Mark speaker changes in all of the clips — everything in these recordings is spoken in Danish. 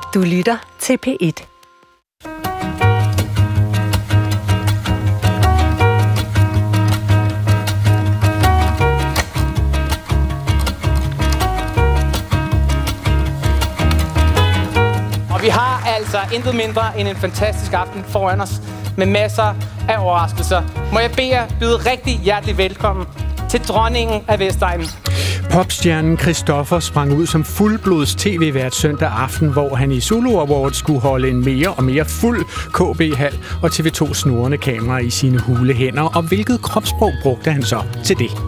Speaker 1: Du lytter til P1.
Speaker 2: Og vi har altså intet mindre end en fantastisk aften foran os med masser af overraskelser. Må jeg bede jer byde rigtig hjertelig velkommen til dronningen af Vestegnen.
Speaker 3: Popstjernen Christoffer sprang ud som fuldblods tv-vært søndag aften, hvor han i Zulu Awards skulle holde en mere og mere fuld KB-hal og TV2 snurrende kamera i sine hule hænder. Og hvilket kropssprog brugte han så til det?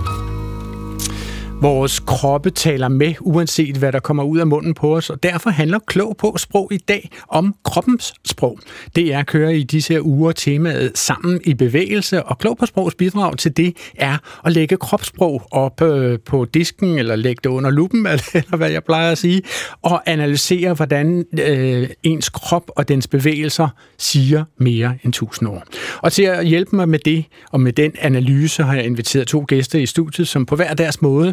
Speaker 3: Vores kroppe taler med, uanset hvad der kommer ud af munden på os, og derfor handler Klog på Sprog i dag om kroppens sprog. DR kører i disse uger temaet Sammen i bevægelse, og Klog på Sprogs bidrag til det er at lægge kropssprog op på disken, eller lægge det under luppen, eller hvad jeg plejer at sige, og analysere, hvordan ens krop og dens bevægelser siger mere end 1000 ord. Og til at hjælpe mig med det, og med den analyse, har jeg inviteret 2 gæster i studiet, som på hver deres måde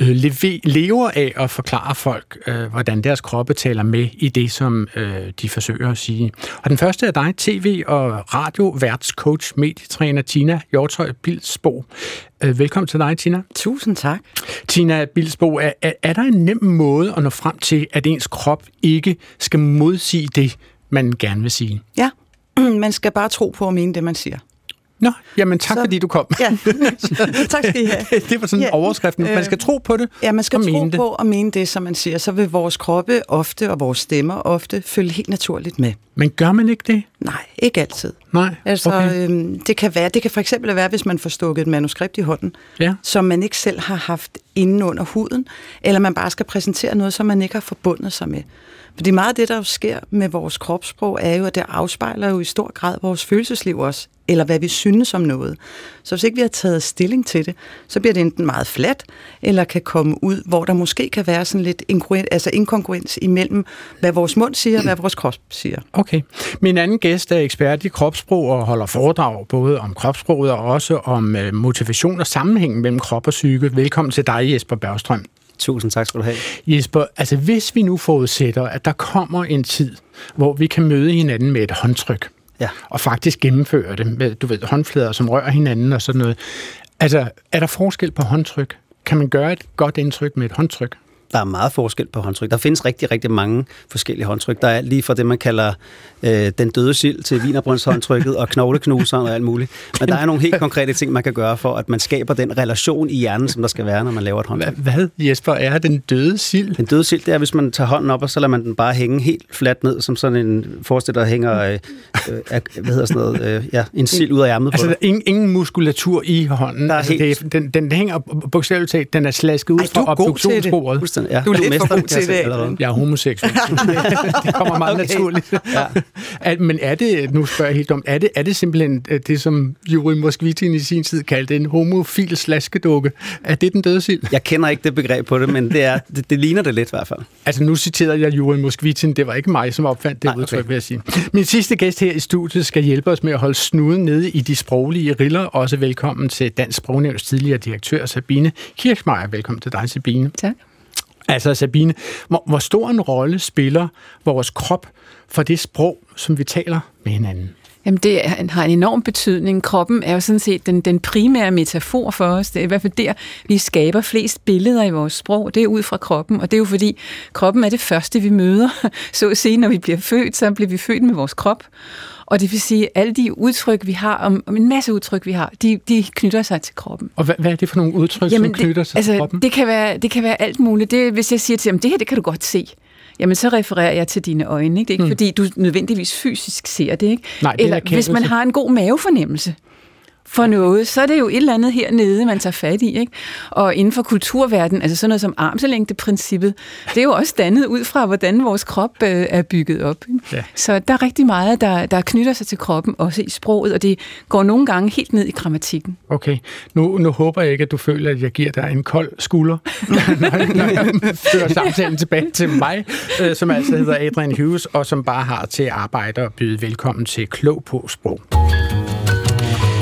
Speaker 3: lever af at forklare folk, hvordan deres kroppe taler med i det, som de forsøger at sige. Og den første er dig, tv- og radioværtscoach, medietræner Tina Hjortøj Bilsbo. Velkommen til dig, Tina.
Speaker 4: Tusind tak. Tina
Speaker 3: Bilsbo, er der en nem måde at nå frem til, at ens krop ikke skal modsige det, man gerne vil sige?
Speaker 4: Ja, man skal bare tro på at mene det, man siger.
Speaker 3: Nå, jamen tak, fordi du kom.
Speaker 4: Ja, tak skal I have.
Speaker 3: Det var sådan overskriften. Man skal tro på det.
Speaker 4: Ja, man skal tro på at mene det, som man siger. Så vil vores kroppe ofte, og vores stemmer ofte, følge helt naturligt med.
Speaker 3: Men gør man ikke det?
Speaker 4: Nej, ikke altid.
Speaker 3: Nej,
Speaker 4: altså,
Speaker 3: okay.
Speaker 4: Det kan for eksempel være, hvis man får stukket et manuskript i hånden, som man ikke selv har haft inde under huden, eller man bare skal præsentere noget, som man ikke har forbundet sig med. Fordi meget af det, der jo sker med vores kropssprog, er jo, at det afspejler jo i stor grad vores følelsesliv også, eller hvad vi synes om noget. Så hvis ikke vi har taget stilling til det, så bliver det enten meget fladt, eller kan komme ud, hvor der måske kan være sådan lidt inkongruens imellem, hvad vores mund siger, og hvad vores krop siger.
Speaker 3: Okay. Min anden gæst er ekspert i kropssprog og holder foredrag både om kropssproget og også om motivation og sammenhæng mellem krop og psyke. Velkommen til dig, Jesper Bergstrøm.
Speaker 5: Tusind tak skal du have.
Speaker 3: Jesper, altså hvis vi nu forudsætter, at der kommer en tid, hvor vi kan møde hinanden med et håndtryk, og faktisk gennemføre det med, du ved, håndflader, som rører hinanden og sådan noget. Altså, er der forskel på håndtryk? Kan man gøre et godt indtryk med et håndtryk?
Speaker 5: Der er meget forskel på håndtryk. Der findes rigtig, rigtig mange forskellige håndtryk. Der er lige fra det, man kalder den døde sild til wienerbrøndshåndtrykket og knogleknuseren og alt muligt. Men der er nogle helt konkrete ting, man kan gøre for, at man skaber den relation i hjernen, som der skal være, når man laver et håndtryk.
Speaker 3: Hvad, Jesper, er den døde sild?
Speaker 5: Den døde sild, det er, hvis man tager hånden op, og så lader man den bare hænge helt fladt ned, som sådan en forestiller, der hænger en sild ud af ærmet på.
Speaker 3: Altså, der er ingen muskulatur i hånden. Der er altså, den hænger bogstaveligt talt, den er slasket ud fra obduktionsbordet.
Speaker 5: Ja.
Speaker 4: Du er lidt for god til det.
Speaker 3: Jeg er homoseksuel. Det kommer meget naturligt. Ja. Men er det, nu spørger jeg helt om, er det simpelthen det, som Yuri Moskvitin i sin tid kaldte en homofil slaskedukke? Er det den døde sild?
Speaker 5: Jeg kender ikke det begreb på det, men det ligner det lidt i hvert fald.
Speaker 3: Altså nu citerede jeg Yuri Moskvitin, det var ikke mig, som opfandt det udtryk, vil jeg sige. Min sidste gæst her i studiet skal hjælpe os med at holde snuden nede i de sproglige riller. Også velkommen til Dansk Sprognævns tidligere direktør Sabine Kirchmeier. Velkommen til dig, Sabine.
Speaker 6: Tak.
Speaker 3: Altså Sabine, hvor stor en rolle spiller vores krop for det sprog, som vi taler med hinanden?
Speaker 6: Jamen det har en enorm betydning. Kroppen er jo sådan set den primære metafor for os. Det er i hvert fald der, vi skaber flest billeder i vores sprog. Det er ud fra kroppen, og det er jo fordi, kroppen er det første, vi møder. Så at sige, når vi bliver født, så bliver vi født med vores krop. Og det vil sige, at alle de udtryk, vi har, om en masse udtryk, vi har, de knytter sig til kroppen.
Speaker 3: Og hvad er det for nogle udtryk, som knytter sig til kroppen?
Speaker 6: Det kan være alt muligt. Hvis jeg siger til dem, det her, det kan du godt se. Jamen, så refererer jeg til dine øjne, ikke? Det er ikke fordi, du nødvendigvis fysisk ser det, ikke?
Speaker 3: Nej, det
Speaker 6: eller hvis man har en god mavefornemmelse for noget, så er det jo et eller andet hernede, man tager fat i, ikke? Og inden for kulturverdenen, altså sådan noget som armslængdeprincippet, det er jo også dannet ud fra, hvordan vores krop er bygget op. Ja. Så der er rigtig meget, der knytter sig til kroppen, også i sproget, og det går nogle gange helt ned i grammatikken.
Speaker 3: Okay. Nu håber jeg ikke, at du føler, at jeg giver dig en kold skulder, når jeg fører samtalen tilbage til mig, som altså hedder Adrian Hughes, og som bare har til at arbejde og byde velkommen til Klog på Sprog.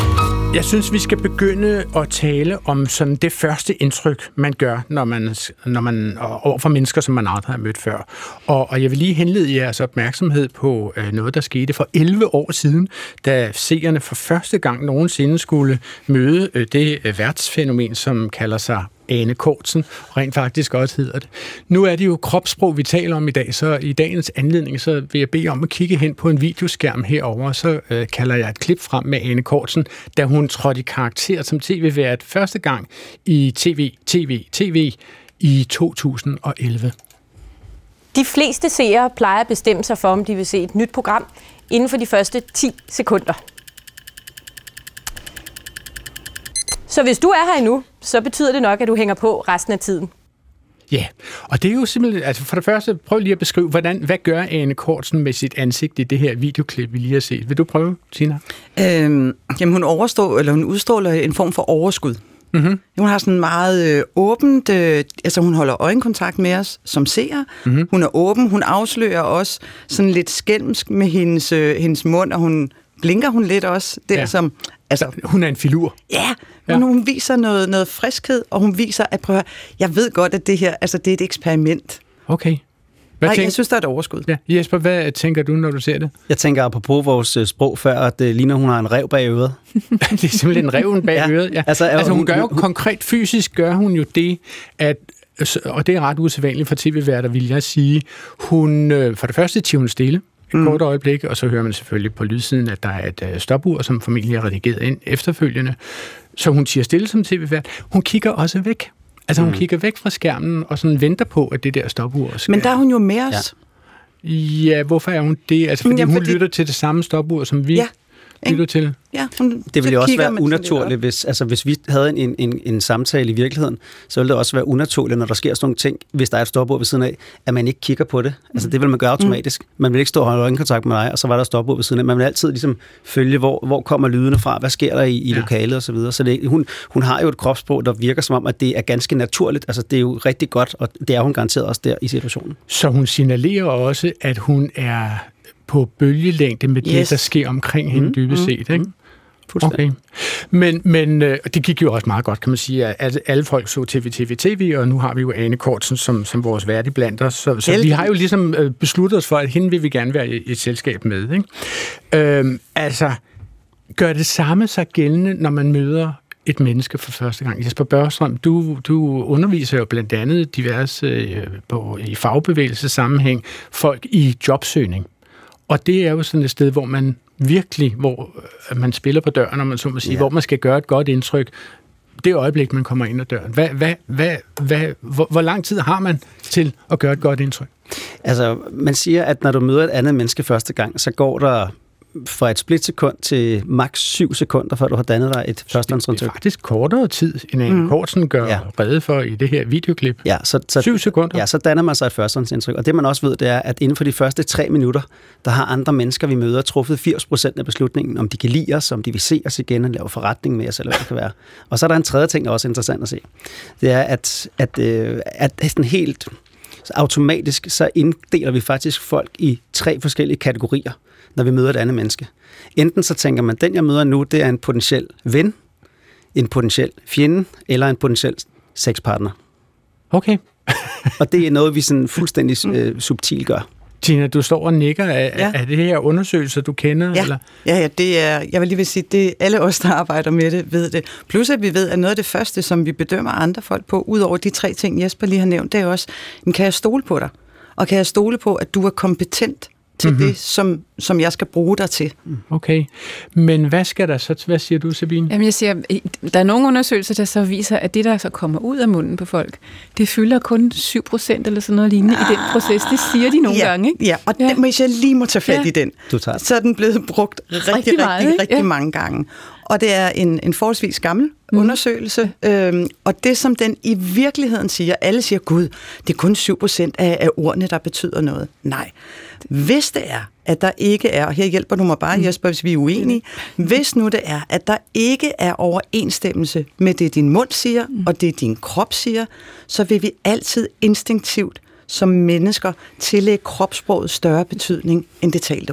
Speaker 3: Jeg synes, vi skal begynde at tale om sådan det første indtryk, man gør, når man overfor mennesker, som man aldrig har mødt før. Og jeg vil lige henlede jeres opmærksomhed på noget, der skete for 11 år siden, da seerne for første gang nogensinde skulle møde det værtsfænomen, som kalder sig Ane Cortzen, rent faktisk også hedder det. Nu er det jo kropssprog, vi taler om i dag, så i dagens anledning, så vil jeg bede om at kigge hen på en videoskærm herover, så kalder jeg et klip frem med Ane Cortzen, da hun trådte i karakter som tv-vært første gang i TV i 2011.
Speaker 1: De fleste seere plejer at bestemme sig for, om de vil se et nyt program inden for de første 10 sekunder. Så hvis du er her endnu, så betyder det nok, at du hænger på resten af tiden.
Speaker 3: Ja, og det er jo simpelthen, altså for det første, prøv lige at beskrive, hvad gør Ane Cortzen med sit ansigt i det her videoklip, vi lige har set. Vil du prøve, Tina?
Speaker 4: Jamen, hun udstråler en form for overskud. Mm-hmm. Hun har sådan meget åbent, altså hun holder øjenkontakt med os som seere. Mm-hmm. Hun er åben, hun afslører også sådan lidt skælmsk med hendes mund, og hun blinker lidt også der som...
Speaker 3: Altså, hun er en filur.
Speaker 4: Ja, hun viser noget friskhed, og hun viser, at jeg ved godt, at det her, altså det er et eksperiment.
Speaker 3: Okay.
Speaker 4: Jeg synes, der er et overskud.
Speaker 3: Ja. Jesper, hvad tænker du, når du ser det?
Speaker 5: Jeg tænker apropos vores sprog før, at det ligner, hun har en ræv bag øret.
Speaker 3: Det er simpelthen en ræven bag øret. Ja. Altså hun gør jo konkret fysisk, gør hun jo det, at, og det er ret usædvanligt for tv-værter, vil jeg sige, hun, for det første tiger hun stille, et kort øjeblik, og så hører man selvfølgelig på lydsiden, at der er et stopur, som formentlig er redigeret ind efterfølgende. Så hun tiger stille som tv-vært. Hun kigger også væk. Altså hun kigger væk fra skærmen og sådan venter på, at det der stopur skal...
Speaker 4: Men der er hun jo med os.
Speaker 3: Ja, hvorfor er hun det? Altså fordi hun lytter til det samme stopur, som vi lytter til.
Speaker 4: Ja,
Speaker 5: det ville jo også være unaturligt, hvis vi havde en samtale i virkeligheden, så ville det også være unaturligt, når der sker sådan nogle ting, hvis der er et stopur ved siden af, at man ikke kigger på det. Altså det vil man gøre automatisk. Man vil ikke stå og holde øjenkontakt med dig, og så var der et stopur ved siden af. Man vil altid ligesom følge, hvor kommer lydene fra, hvad sker der i lokalet og så videre. Så hun har jo et kropssprog, der virker som om, at det er ganske naturligt. Altså det er jo rigtig godt, og det er hun garanteret også der i situationen.
Speaker 3: Så hun signalerer også, at hun er på bølgelængde med det, der sker omkring hende dybest set, ikke? Okay. Men det gik jo også meget godt, kan man sige, at alle folk så TV, og nu har vi jo Ane Cortzen som vores vært iblandt os, så vi har jo ligesom besluttet os for, at hende vil vi gerne være i et selskab med, ikke? Altså, gør det samme sig gældende, når man møder et menneske for første gang? Jesper Børstrøm, du underviser jo blandt andet diverse i fagbevægelsesammenhæng folk i jobsøgning. Og det er jo sådan et sted, hvor man virkelig, hvor man spiller på døren, om man så må sige, hvor man skal gøre et godt indtryk. Det øjeblik, man kommer ind ad døren. Hvor lang tid har man til at gøre et godt indtryk?
Speaker 5: Altså, man siger, at når du møder et andet menneske første gang, så går der fra et splitsekund til maks 7 sekunder, før du har dannet dig et førstehåndsindtryk.
Speaker 3: Det er faktisk kortere tid, end Ane Cortzen gør rede for i det her videoklip.
Speaker 5: Ja, så
Speaker 3: 7 sekunder.
Speaker 5: Ja, så danner man sig et førstehåndsindtryk. Og det man også ved, det er, at inden for de første 3 minutter, der har andre mennesker, vi møder, truffet 80% af beslutningen, om de kan lide os, om de vil se os igen og lave forretning med os, eller hvad det kan være. Og så er der en tredje ting, der også er interessant at se. Det er, at sådan helt automatisk, så inddeler vi faktisk folk i 3 forskellige kategorier, når vi møder et andet menneske. Enten så tænker man, den jeg møder nu, det er en potentiel ven, en potentiel fjende, eller en potentiel sexpartner.
Speaker 3: Okay.
Speaker 5: Og det er noget, vi sådan fuldstændig subtilt gør.
Speaker 3: Tina, du står og nikker. Er det her undersøgelser, du kender?
Speaker 4: Ja,
Speaker 3: eller?
Speaker 4: Ja, det er, jeg vil lige vil sige, det er alle os, der arbejder med det, ved det. Plus at vi ved, at noget af det første, som vi bedømmer andre folk på, ud over de 3 ting, Jesper lige har nævnt, det er også, kan jeg stole på dig? Og kan jeg stole på, at du er kompetent til det, som jeg skal bruge dig til.
Speaker 3: Okay. Men hvad skal der så? Hvad siger du, Sabine?
Speaker 6: Jamen, jeg siger, der er nogle undersøgelser, der så viser, at det, der så kommer ud af munden på folk, det fylder kun 7% eller sådan noget lignende i den proces. Det siger de nogle gange, ikke?
Speaker 4: Ja, og hvis jeg lige må tage fat i den, så er den blevet brugt rigtig mange gange. Og det er en forholdsvis gammel undersøgelse, og det som den i virkeligheden siger, alle siger, gud, det er kun 7% af ordene, der betyder noget. Nej. Hvis det er, at der ikke er, og her hjælper du mig bare, Jesper, hvis vi er uenige, hvis nu det er, at der ikke er overensstemmelse med det, din mund siger, og det, din krop siger, så vil vi altid instinktivt som mennesker tillægge kropssproget større betydning end det talte ord.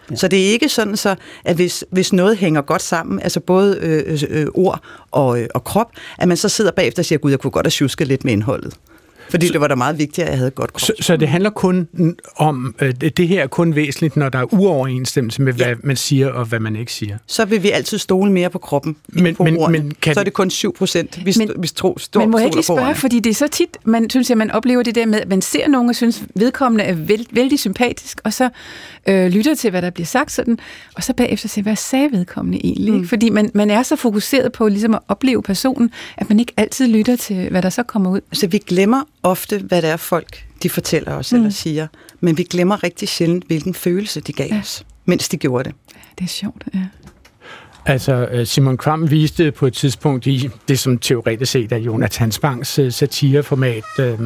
Speaker 4: Ja. Så det er ikke sådan, så, at hvis noget hænger godt sammen, altså både ord og krop, at man så sidder bagefter og siger, gud, jeg kunne godt have sjusket lidt med indholdet. Fordi det var da meget vigtigt, at jeg havde et godt krop.
Speaker 3: Så det handler kun om, det her er kun væsentligt, når der er uoverensstemmelse med, hvad man siger og hvad man ikke siger.
Speaker 4: Så vil vi altid stole mere på kroppen, men så er det kun 7%, vi tror.
Speaker 6: Men må jeg ikke lige spørge, fordi det er så tit, man oplever det der med, at man ser nogen og synes, vedkommende er vældig sympatisk, og så lytter til, hvad der bliver sagt sådan, og så bagefter siger, hvad sagde vedkommende egentlig? Fordi man er så fokuseret på ligesom at opleve personen, at man ikke altid lytter til, hvad der så kommer ud.
Speaker 4: Så vi glemmer ofte, hvad det er folk, de fortæller os eller siger, men vi glemmer rigtig sjældent, hvilken følelse de gav os, mens de gjorde det.
Speaker 6: Det er sjovt, ja.
Speaker 3: Altså, Simon Kvam viste på et tidspunkt i det, som teoretisk set er Jonathan Spangs satireformat,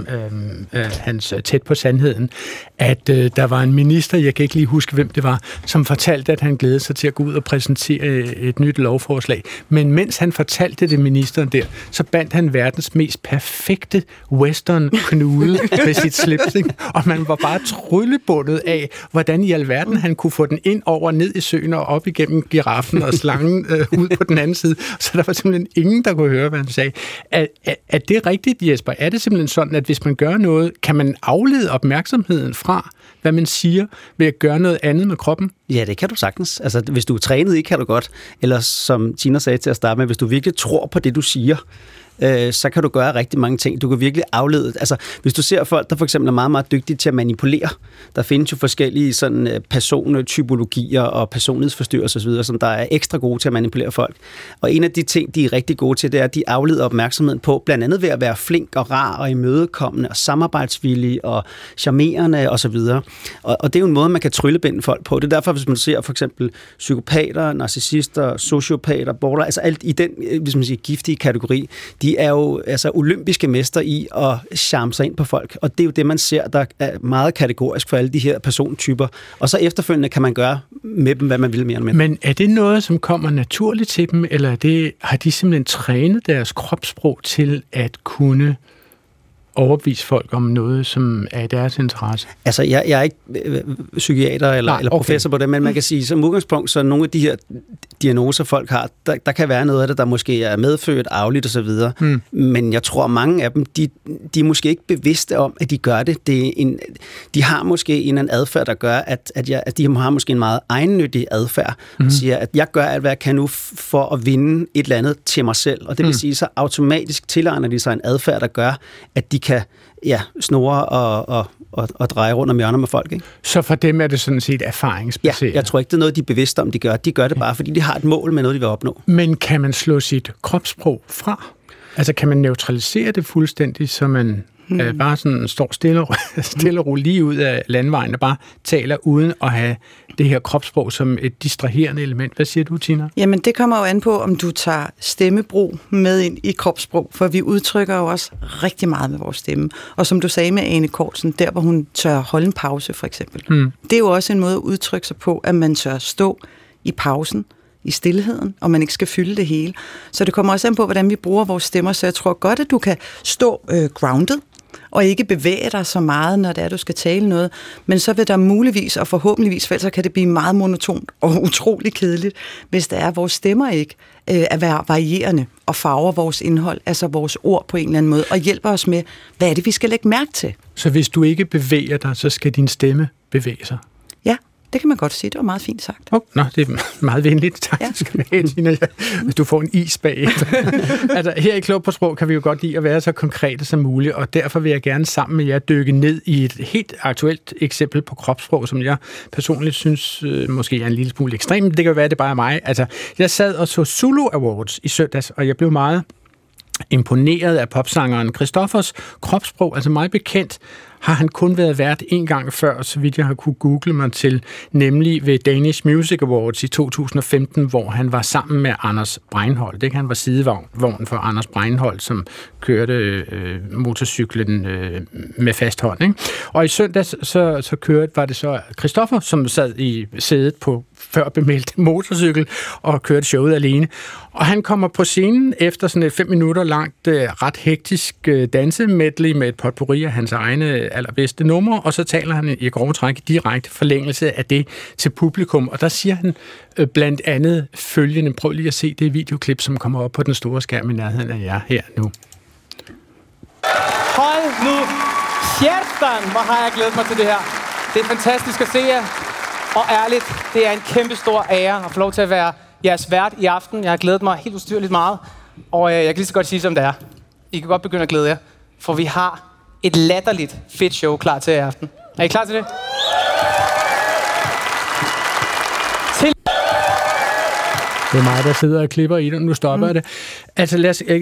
Speaker 3: hans Tæt på sandheden, at der var en minister, jeg kan ikke lige huske, hvem det var, som fortalte, at han glædede sig til at gå ud og præsentere et nyt lovforslag. Men mens han fortalte det ministeren der, så bandt han verdens mest perfekte western-knude med sit slipsing, og man var bare tryllebundet af, hvordan i alverden han kunne få den ind over, ned i søen og op igennem giraffen og slangen ud på den anden side, så der var simpelthen ingen, der kunne høre, hvad han sagde. Er det rigtigt, Jesper? Er det simpelthen sådan, at hvis man gør noget, kan man aflede opmærksomheden fra, hvad man siger, ved at gøre noget andet med kroppen?
Speaker 5: Ja, det kan du sagtens. Altså, hvis du er trænet i, kan du godt. Eller som Tina sagde til at starte med, hvis du virkelig tror på det, du siger, så kan du gøre rigtig mange ting. Du kan virkelig aflede. Altså, hvis du ser folk, der for eksempel er meget, meget dygtige til at manipulere, der findes jo forskellige sådan persontypologier og personlighedsforstyrrelser osv., som der er ekstra gode til at manipulere folk. Og en af de ting, de er rigtig gode til, det er, at de afleder opmærksomheden på, blandt andet ved at være flink og rar og imødekommende og samarbejdsvillig og charmerende osv. Og det er jo en måde, man kan tryllebinde folk på. Det er derfor, hvis man ser for eksempel psykopater, narcissister, sociopater, border, altså alt i den, hvis man siger, giftige kategori, de er jo altså olympiske mester i at charme sig ind på folk, og det er jo det, man ser, der er meget kategorisk for alle de her persontyper, og så efterfølgende kan man gøre med dem, hvad man vil mere med.
Speaker 3: Men er det noget, som kommer naturligt til dem, eller har de simpelthen trænet deres kropssprog til at kunne overbevise folk om noget, som er deres interesse?
Speaker 5: Altså, jeg er ikke psykiater eller professor på det, men man kan sige, som udgangspunkt, så nogle af de her diagnoser, folk har, der kan være noget af det, der måske er medfødt, arveligt osv., men jeg tror, mange af dem, de er måske ikke bevidste om, at de gør det. De har måske en eller anden adfærd, der gør, at de har måske en meget egennyttig adfærd, og siger, at jeg gør alt, hvad jeg kan nu for at vinde et eller andet til mig selv, og det vil sige, så automatisk tilegner de sig en adfærd, der gør, at de kan snurre og dreje rundt om hjørner med folk, ikke?
Speaker 3: Så for dem er det sådan set erfaringsbaseret?
Speaker 5: Ja, jeg tror ikke, det er noget, de er bevidste om, de gør. De gør det bare, fordi de har et mål med noget, de vil opnå.
Speaker 3: Men kan man slå sit kropssprog fra? Altså kan man neutralisere det fuldstændig, så man bare sådan står stille og roligt lige ud af landvejen og bare taler uden at have det her kropssprog som et distraherende element? Hvad siger du, Tina?
Speaker 4: Jamen, det kommer jo an på, om du tager stemmebrug med ind i kropssprog, for vi udtrykker jo også rigtig meget med vores stemme. Og som du sagde med Ane Cortzen, der hvor hun tør holde en pause, for eksempel. Det er jo også en måde at udtrykke sig på, at man tør stå i pausen, i stilheden, og man ikke skal fylde det hele. Så det kommer også an på, hvordan vi bruger vores stemmer, så jeg tror godt, at du kan stå grounded, og ikke bevæge dig så meget, når det er, du skal tale noget. Men så vil der muligvis, og forhåbentligvis, for ellers kan det blive meget monotont og utrolig kedeligt, hvis der er, vores stemmer ikke er varierende og farver vores indhold, altså vores ord på en eller anden måde, og hjælper os med, hvad er det, vi skal lægge mærke til.
Speaker 3: Så hvis du ikke bevæger dig, så skal din stemme bevæge sig?
Speaker 4: Ja. Det kan man godt sige. Det var meget fint sagt.
Speaker 3: Det er meget venligt. Tak skal du have, Tina. Hvis du får en is bagefter. Altså, her i Klog på Sprog kan vi jo godt lide at være så konkrete som muligt, og derfor vil jeg gerne sammen med jer dykke ned i et helt aktuelt eksempel på kropssprog, som jeg personligt synes måske er en lille smule ekstrem. Det kan jo være, det bare er mig. Altså, jeg sad og så Zulu Awards i søndags, og jeg blev meget imponeret af popsangeren Christoffers kropssprog. Altså meget bekendt har han kun været vært en gang før, så vidt jeg har kunne google mig til, nemlig ved Danish Music Awards i 2015, hvor han var sammen med Anders Breinholt. Ikke? Han var sidevogn for Anders Breinholt, som kørte motorcyklen med fast hånd. Ikke? Og i søndags var det så Christoffer, som sad i sædet på før bemeldte motorcykel og kørte showet alene. Og han kommer på scenen efter sådan et 5 minutter langt, ret hektisk dansemedley med et potpourri af hans egne allerbedste numre, og så taler han i grove træk direkte forlængelse af det til publikum. Og der siger han blandt andet følgende. Prøv lige at se det videoklip, som kommer op på den store skærm i nærheden af jer her nu.
Speaker 2: Hold nu fjæsteren, hvor har jeg glædet mig til det her. Det er fantastisk at se jer. Og ærligt, det er en kæmpe stor ære at få lov til at være jeres vært i aften. Jeg har glædet mig helt ustyrligt meget. Og jeg kan lige så godt sige, som det er. I kan godt begynde at glæde jer. For vi har et latterligt fedt show klar til i aften. Er I klar til det?
Speaker 3: Det er mig, der sidder og klipper i det. Nu stopper jeg det. Altså,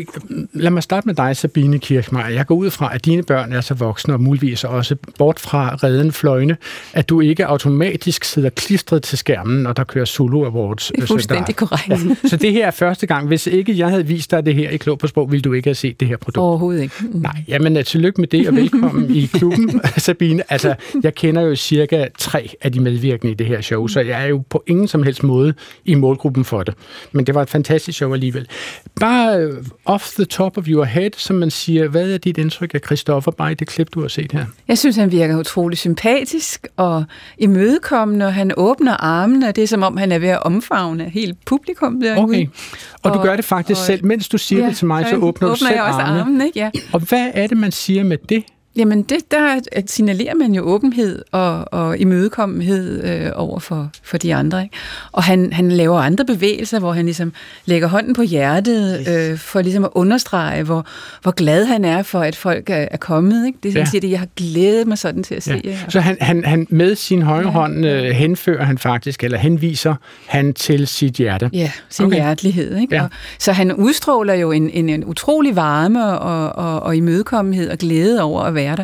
Speaker 3: lad mig starte med dig, Sabine Kirchmeier. Jeg går ud fra, at dine børn er så voksne, og muligvis også bort fra Reden Fløjne, at du ikke automatisk sidder klistret til skærmen, når der kører Zulu Awards.
Speaker 6: Det er fuldstændig korrekt.
Speaker 3: Ja. Så det her er første gang. Hvis ikke jeg havde vist dig det her i Klog på Sprog, ville du ikke have set det her produkt.
Speaker 6: Overhovedet ikke.
Speaker 3: Nej, jamen tillykke med det, og velkommen i klubben, Sabine. Altså, jeg kender jo cirka 3 af de medvirkende i det her show, så jeg er jo på ingen som helst måde i målgruppen for det. Men det var et fantastisk show alligevel. Bare off the top of your head, som man siger, hvad er dit indtryk af Christoffer bare i det klip, du har set her?
Speaker 6: Jeg synes, han virker utrolig sympatisk og imødekommende, og han åbner armene, og det er som om, han er ved at omfavne helt publikum derude.
Speaker 3: Okay, og du gør det faktisk selv. Mens du siger det til mig, så åbner du selv armene.
Speaker 6: Ikke? Ja.
Speaker 3: Og hvad er det, man siger med det?
Speaker 6: Jamen, der signalerer man jo åbenhed og imødekommenhed over for de andre. Ikke? Og han laver andre bevægelser, hvor han ligesom lægger hånden på hjertet for ligesom at understrege, hvor glad han er for, at folk er kommet. Ikke? Det siger det, jeg har glædet mig sådan til at se. Ja.
Speaker 3: Så han med sin højre hånd henfører han faktisk, eller henviser han til sit hjerte.
Speaker 6: Ja, sin hjertelighed. Ikke? Ja. Så han udstråler jo en utrolig varme og imødekommenhed og glæde over at være der.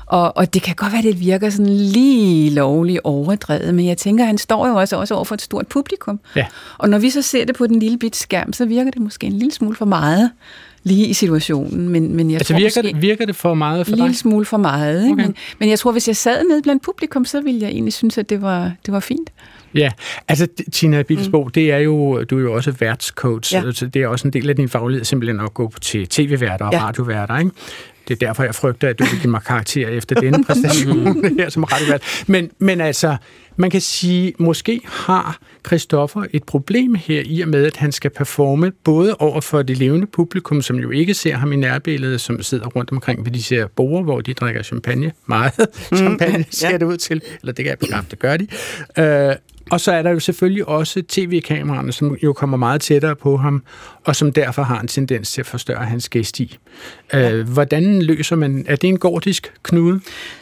Speaker 6: Og det kan godt være, at det virker sådan lige lovligt overdrevet, men jeg tænker, at han står jo også over for et stort publikum. Ja. Og når vi så ser det på den lille bit skærm, så virker det måske en lille smule for meget lige i situationen. Men jeg tror
Speaker 3: virker det for meget for dig?
Speaker 6: En lille smule for meget. Ikke? Okay. Men jeg tror, hvis jeg sad nede blandt publikum, så ville jeg egentlig synes, at det var fint.
Speaker 3: Ja, altså Tina Bilsbo, du er jo også værtscoach, så det er også en del af din faglighed simpelthen at gå til tv-værter og radioværter, ikke? Det er derfor, jeg frygter, at du vil give mig karakter efter denne præstation her som radiovært. Men altså, man kan sige, måske har Christoffer et problem her i og med, at han skal performe både over for det levende publikum, som jo ikke ser ham i nærbilledet, som sidder rundt omkring ved de her borde, hvor de drikker champagne. Meget champagne ser det ud til. Eller det kan jeg bekræfte, det gør de. Og så er der jo selvfølgelig også tv-kameraerne, som jo kommer meget tættere på ham, og som derfor har en tendens til at forstørre hans gesti. Hvordan løser man? Er det en gordisk knude?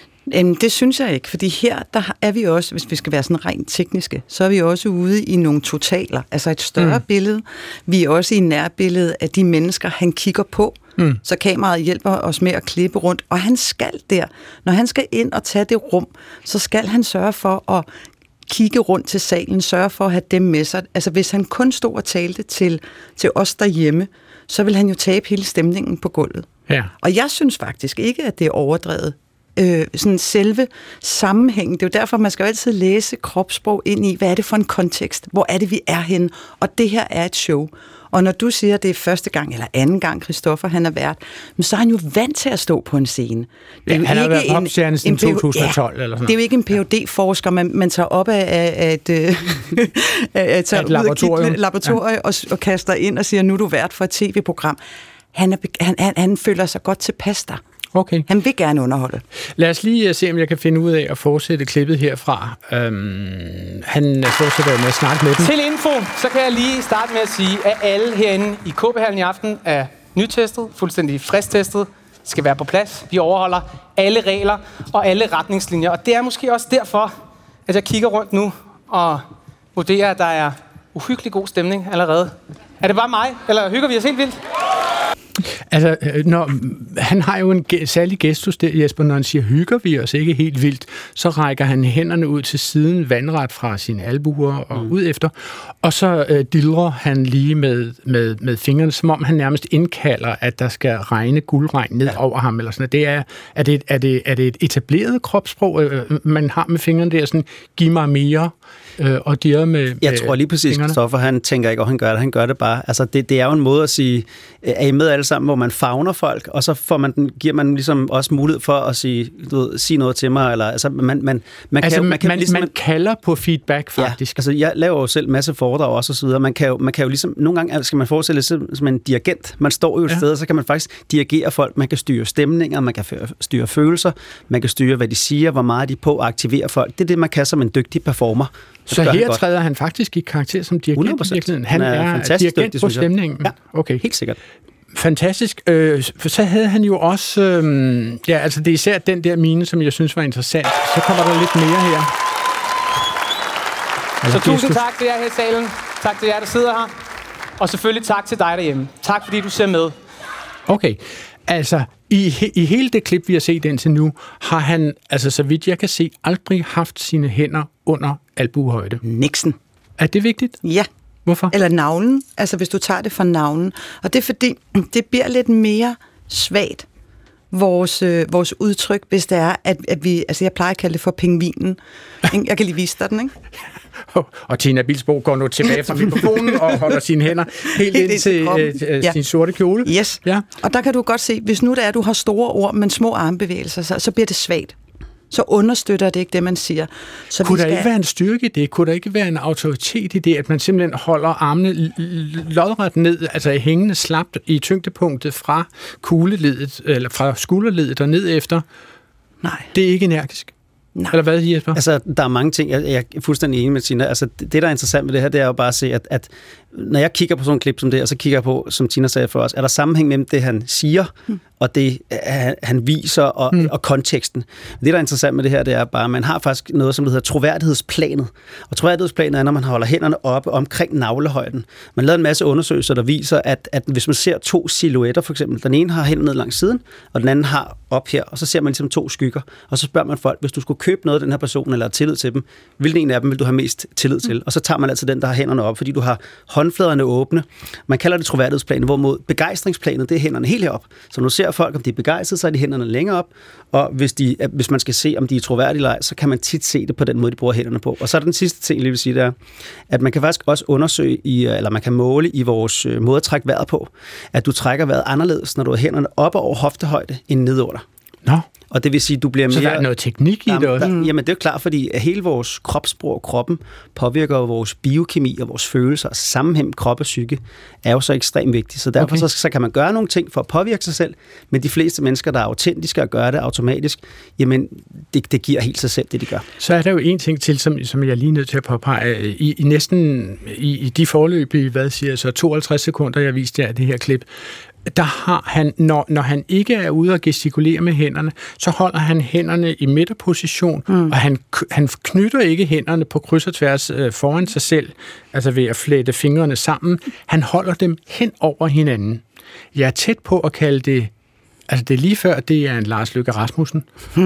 Speaker 4: Det synes jeg ikke, fordi her der er vi også, hvis vi skal være sådan rent tekniske, så er vi også ude i nogle totaler, altså et større billede. Vi er også i nærbilledet af de mennesker, han kigger på. Så kameraet hjælper os med at klippe rundt, og han skal der. Når han skal ind og tage det rum, så skal han sørge for at kigge rundt til salen, sørge for at have dem med sig. Altså hvis han kun stod og talte til os derhjemme, så vil han jo tabe hele stemningen på gulvet. Ja. Og jeg synes faktisk ikke, at det er overdrevet. Sådan selve sammenhængen. Det er jo derfor, man skal jo altid læse kropssprog ind i, hvad er det for en kontekst? Hvor er det, vi er henne? Og det her er et show. Og når du siger, at det er første gang eller anden gang, Christoffer han er vært, så er han jo vant til at stå på en scene. Det er
Speaker 3: han har været popstjerne siden 2012 eller sådan.
Speaker 4: Det er jo ikke en Ph.D.-forsker, man tager op af et laboratorium og kaster ind og siger, nu er du vært for et tv-program. Han føler sig godt tilpas der.
Speaker 3: Okay.
Speaker 4: Han vil gerne underholde.
Speaker 3: Lad os lige se, om jeg kan finde ud af at fortsætte klippet herfra. Han fortsætter med at snakke med dem.
Speaker 2: Til info, så kan jeg lige starte med at sige, at alle herinde i KB-hallen i aften er nytestet, fuldstændig frisktestet, skal være på plads. Vi overholder alle regler og alle retningslinjer. Og det er måske også derfor, at jeg kigger rundt nu og vurderer, at der er uhyggelig god stemning allerede. Er det bare mig, eller hygger vi os helt vildt?
Speaker 3: Altså, han har jo en særlig gestus der, Jesper, når han siger, hygger vi os ikke helt vildt, så rækker han hænderne ud til siden, vandret fra sine albuer og ud efter, og så dildrer han lige med fingrene, som om han nærmest indkalder, at der skal regne guldregn ned over ham, eller sådan. Er det et etableret kropssprog, man har med fingrene der, sådan, giv mig mere, og dirre med
Speaker 5: jeg tror lige præcis, Christoffer, han tænker ikke, han gør det bare. Altså, det er jo en måde at sige, er I med alle sammen, hvor man favner folk, og så giver man ligesom også mulighed for at sige noget til mig, eller altså, man
Speaker 3: kalder på feedback, faktisk.
Speaker 5: Ja, altså, jeg laver jo selv en masse foredrag også, og så videre. Man kan jo ligesom, nogle gange skal man forestille sig som en dirigent. Man står jo et sted, og så kan man faktisk dirigere folk. Man kan styre stemninger, man kan styre følelser, man kan styre, hvad de siger, hvor meget de er på at aktivere folk. Det er det, man kan som en dygtig performer.
Speaker 3: Så her træder han faktisk i karakter som dirigent i virkeligheden. Han er dirigent på stemningen.
Speaker 5: Ja, okay. Helt sikkert.
Speaker 3: Fantastisk. Så havde han jo også... altså det er især den der mine, som jeg synes var interessant. Så kommer der lidt mere her.
Speaker 2: Så tusind tak til jer her i salen. Tak til jer, der sidder her. Og selvfølgelig tak til dig derhjemme. Tak fordi du ser med.
Speaker 3: Okay. Altså, i hele det klip, vi har set indtil nu, har han, altså så vidt jeg kan se, aldrig haft sine hænder under albuehøjde.
Speaker 4: Niksen.
Speaker 3: Er det vigtigt?
Speaker 4: Ja.
Speaker 3: Hvorfor?
Speaker 4: Eller navlen, altså hvis du tager det fra navlen. Og det er fordi, det bliver lidt mere svagt, vores udtryk, hvis det er, at vi, altså jeg plejer at kalde det for pingvinen. Jeg kan lige vise dig den, ikke?
Speaker 3: Og Tina Bilsbo går nu tilbage fra mikrofonen og holder sine hænder helt ind til sin sorte kjole.
Speaker 4: Yes, ja. Og der kan du godt se, hvis nu det er, at du har store ord, men små armbevægelser, så bliver det svagt. Så understøtter det ikke det, man siger. Så
Speaker 3: kunne der ikke være en styrke i det? Kunne der ikke være en autoritet i det, at man simpelthen holder armene lodret ned, altså hængende slapt i tyngdepunktet fra kugleledet, eller fra skulderledet og ned efter?
Speaker 4: Nej.
Speaker 3: Det er ikke energisk.
Speaker 4: Nej.
Speaker 3: Eller hvad, Jesper?
Speaker 5: Altså, der er mange ting, jeg er fuldstændig enig med Tina. Altså, det, der er interessant med det her, det er jo bare at se, at når jeg kigger på sådan en klip som det, og så kigger jeg på, som Tina sagde for os, er der sammenhæng mellem det, han siger, og det, han viser, og konteksten. Det, der er interessant med det her, det er bare, at man har faktisk noget, som hedder troværdighedsplanet. Og troværdighedsplanet er, når man holder hænderne oppe omkring navlehøjden. Man lavede en masse undersøgelser, der viser, at hvis man ser to silhuetter, for eksempel, den ene har hænderne ned langs siden, og den anden har op her, og så ser man ligesom to skygger, og så spørger man folk, hvis du skulle købe noget af den her person, eller tillid til dem, hvilken en af dem vil du have mest tillid til? Og så tager man altså den, der har hænderne op, fordi du har håndfladerne åbne. Man kalder det troværdighedsplanet, hvorimod begejstringsplanet, det er hænderne helt herop. Så når du ser folk, om de er begejstrede, så er de hænderne længere op, og hvis man skal se, om de er troværdige eller ej, så kan man tit se det på den måde, de bruger hænderne på. Og så er den sidste ting, jeg lige vil sige, det er, at man kan faktisk også undersøge, eller man kan måle i vores måde at trække vejret på, at du trækker vejret anderledes, når du har hænderne op over hoftehøjde, end ned under.
Speaker 3: Nå.
Speaker 5: Og det vil sige, du bliver mere...
Speaker 3: Så der er noget teknik i det også?
Speaker 5: Jamen, det er jo klart, fordi hele vores kropssprog og kroppen påvirker vores biokemi og vores følelser, og sammenhæng krop og psyke er jo så ekstremt vigtigt. Så derfor så kan man gøre nogle ting for at påvirke sig selv, men de fleste mennesker, der er autentiske og gør det automatisk, jamen, det giver helt sig selv, det de gør.
Speaker 3: Så er der jo en ting til, som jeg er lige nødt til at påpege. I de forløb, hvad siger så 52 sekunder, jeg viste jer det her klip, der har han, når han ikke er ude og gestikulere med hænderne, så holder han hænderne i midterposition, og han knytter ikke hænderne på kryds og tværs foran sig selv, altså ved at flette fingrene sammen. Han holder dem hen over hinanden. Jeg er tæt på at kalde det, altså det er lige før, det er en Lars Løkke Rasmussen.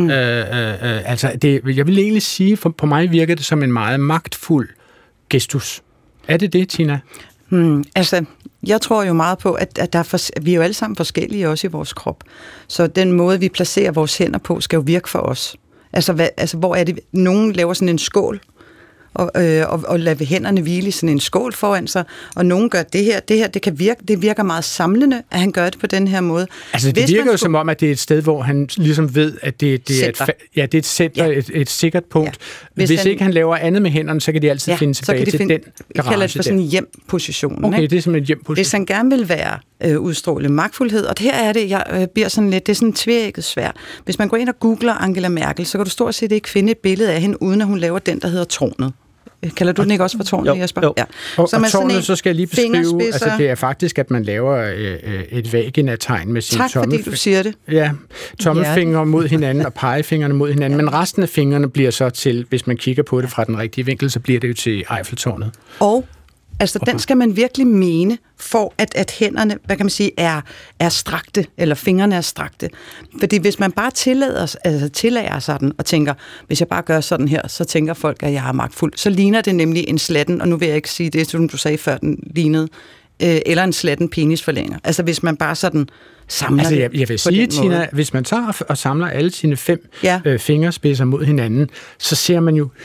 Speaker 3: Jeg vil egentlig sige, for på mig virker det som en meget magtfuld gestus. Er det, Tina?
Speaker 4: Altså, jeg tror jo meget på, at vi er jo alle sammen forskellige også i vores krop. Så den måde, vi placerer vores hænder på, skal jo virke for os. Altså hvor er det? Nogen laver sådan en skål, og lader hænderne hvile i sådan en skål foran sig, og nogen gør det her, det virker meget samlende, at han gør det på den her måde.
Speaker 3: Altså det virker jo som om, at det er et sted, hvor han ligesom ved, at det er et center, et sikkert punkt. Ja. Hvis ikke han laver andet med hænderne, så kan de altid finde tilbage til den garage.
Speaker 4: Jeg kalder det for sådan en hjem-position.
Speaker 3: Okay, det er som en hjem-position.
Speaker 4: Hvis han gerne vil være udstråle magtfuldhed, og her er det, jeg bliver sådan lidt, det er sådan tvækket svært. Hvis man går ind og googler Angela Merkel, så kan du stort set ikke finde et billede af hende, uden at hun laver den, der hedder tårnet. Kalder du den ikke også for tårnet, Jesper?
Speaker 5: Jo.
Speaker 4: Ja.
Speaker 3: Og tårnet, så skal jeg lige beskrive, altså det er faktisk, at man laver et vagina-tegn med sin tommelfinger.
Speaker 4: Tak, fordi du siger det.
Speaker 3: Ja, tommelfinger mod hinanden og pegefingrene mod hinanden, men resten af fingrene bliver så til, hvis man kigger på det fra den rigtige vinkel, så bliver det jo til Eiffeltårnet.
Speaker 4: Og Altså, den skal man virkelig mene, for at hænderne, hvad kan man sige, er strakte, eller fingrene er strakte. Fordi hvis man bare tillader sig den, og tænker, hvis jeg bare gør sådan her, så tænker folk, at jeg er magtfuld. Så ligner det nemlig en slatten, og nu vil jeg ikke sige det, som du sagde før, den lignede, eller en slatten penisforlænger. Altså, hvis man bare sådan samler
Speaker 3: altså, jeg vil sige, Tina, hvis man tager og samler alle sine 5 fingerspidser mod hinanden, så ser man jo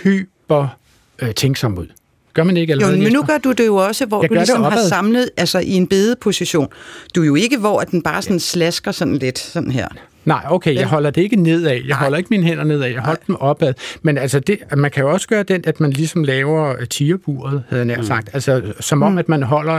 Speaker 3: tænksom ud. Gør man ikke? Eller
Speaker 4: jo, men nu gør du det jo også, hvor du ligesom har samlet altså i en bedeposition. Du er jo ikke, hvor den bare sådan slasker sådan lidt sådan her.
Speaker 3: Nej, okay, jeg holder det ikke nedad. Jeg holder ikke mine hænder nedad. Jeg holder dem opad. Men altså, man kan jo også gøre den, at man ligesom laver tigerburet, havde jeg nær sagt. Altså, som om, at man holder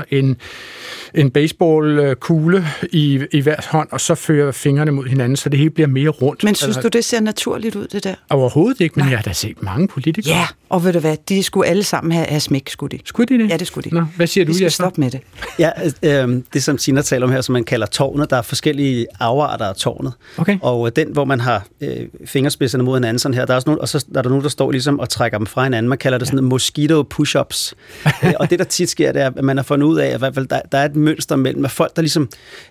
Speaker 3: en baseballkugle i hver hånd, og så fører fingrene mod hinanden, så det hele bliver mere rundt.
Speaker 4: Men synes du, det ser naturligt ud, det der?
Speaker 3: Overhovedet ikke, men jeg har da set mange politikere.
Speaker 4: Ja, og ved du hvad, de skulle alle sammen have smæk, skulle de.
Speaker 3: Skulle de det?
Speaker 4: Ja, det skulle de.
Speaker 3: Nå, hvad siger du,
Speaker 4: Jesper? Vi skal stoppe med det.
Speaker 5: Ja, det som Tina taler om her, som man kalder tårnet, der er forskellige afarter af tårnet.
Speaker 3: Okay.
Speaker 5: Og den, hvor man har fingerspidserne mod hinanden sådan her, der er også nogen, og så er der nogen, der står ligesom og trækker dem fra hinanden. Man kalder det sådan mosquito push-ups. Og det, der tit sker, det er, at man har fundet ud af, at i hvert fald der er et mønster mellem, at folk, der ligesom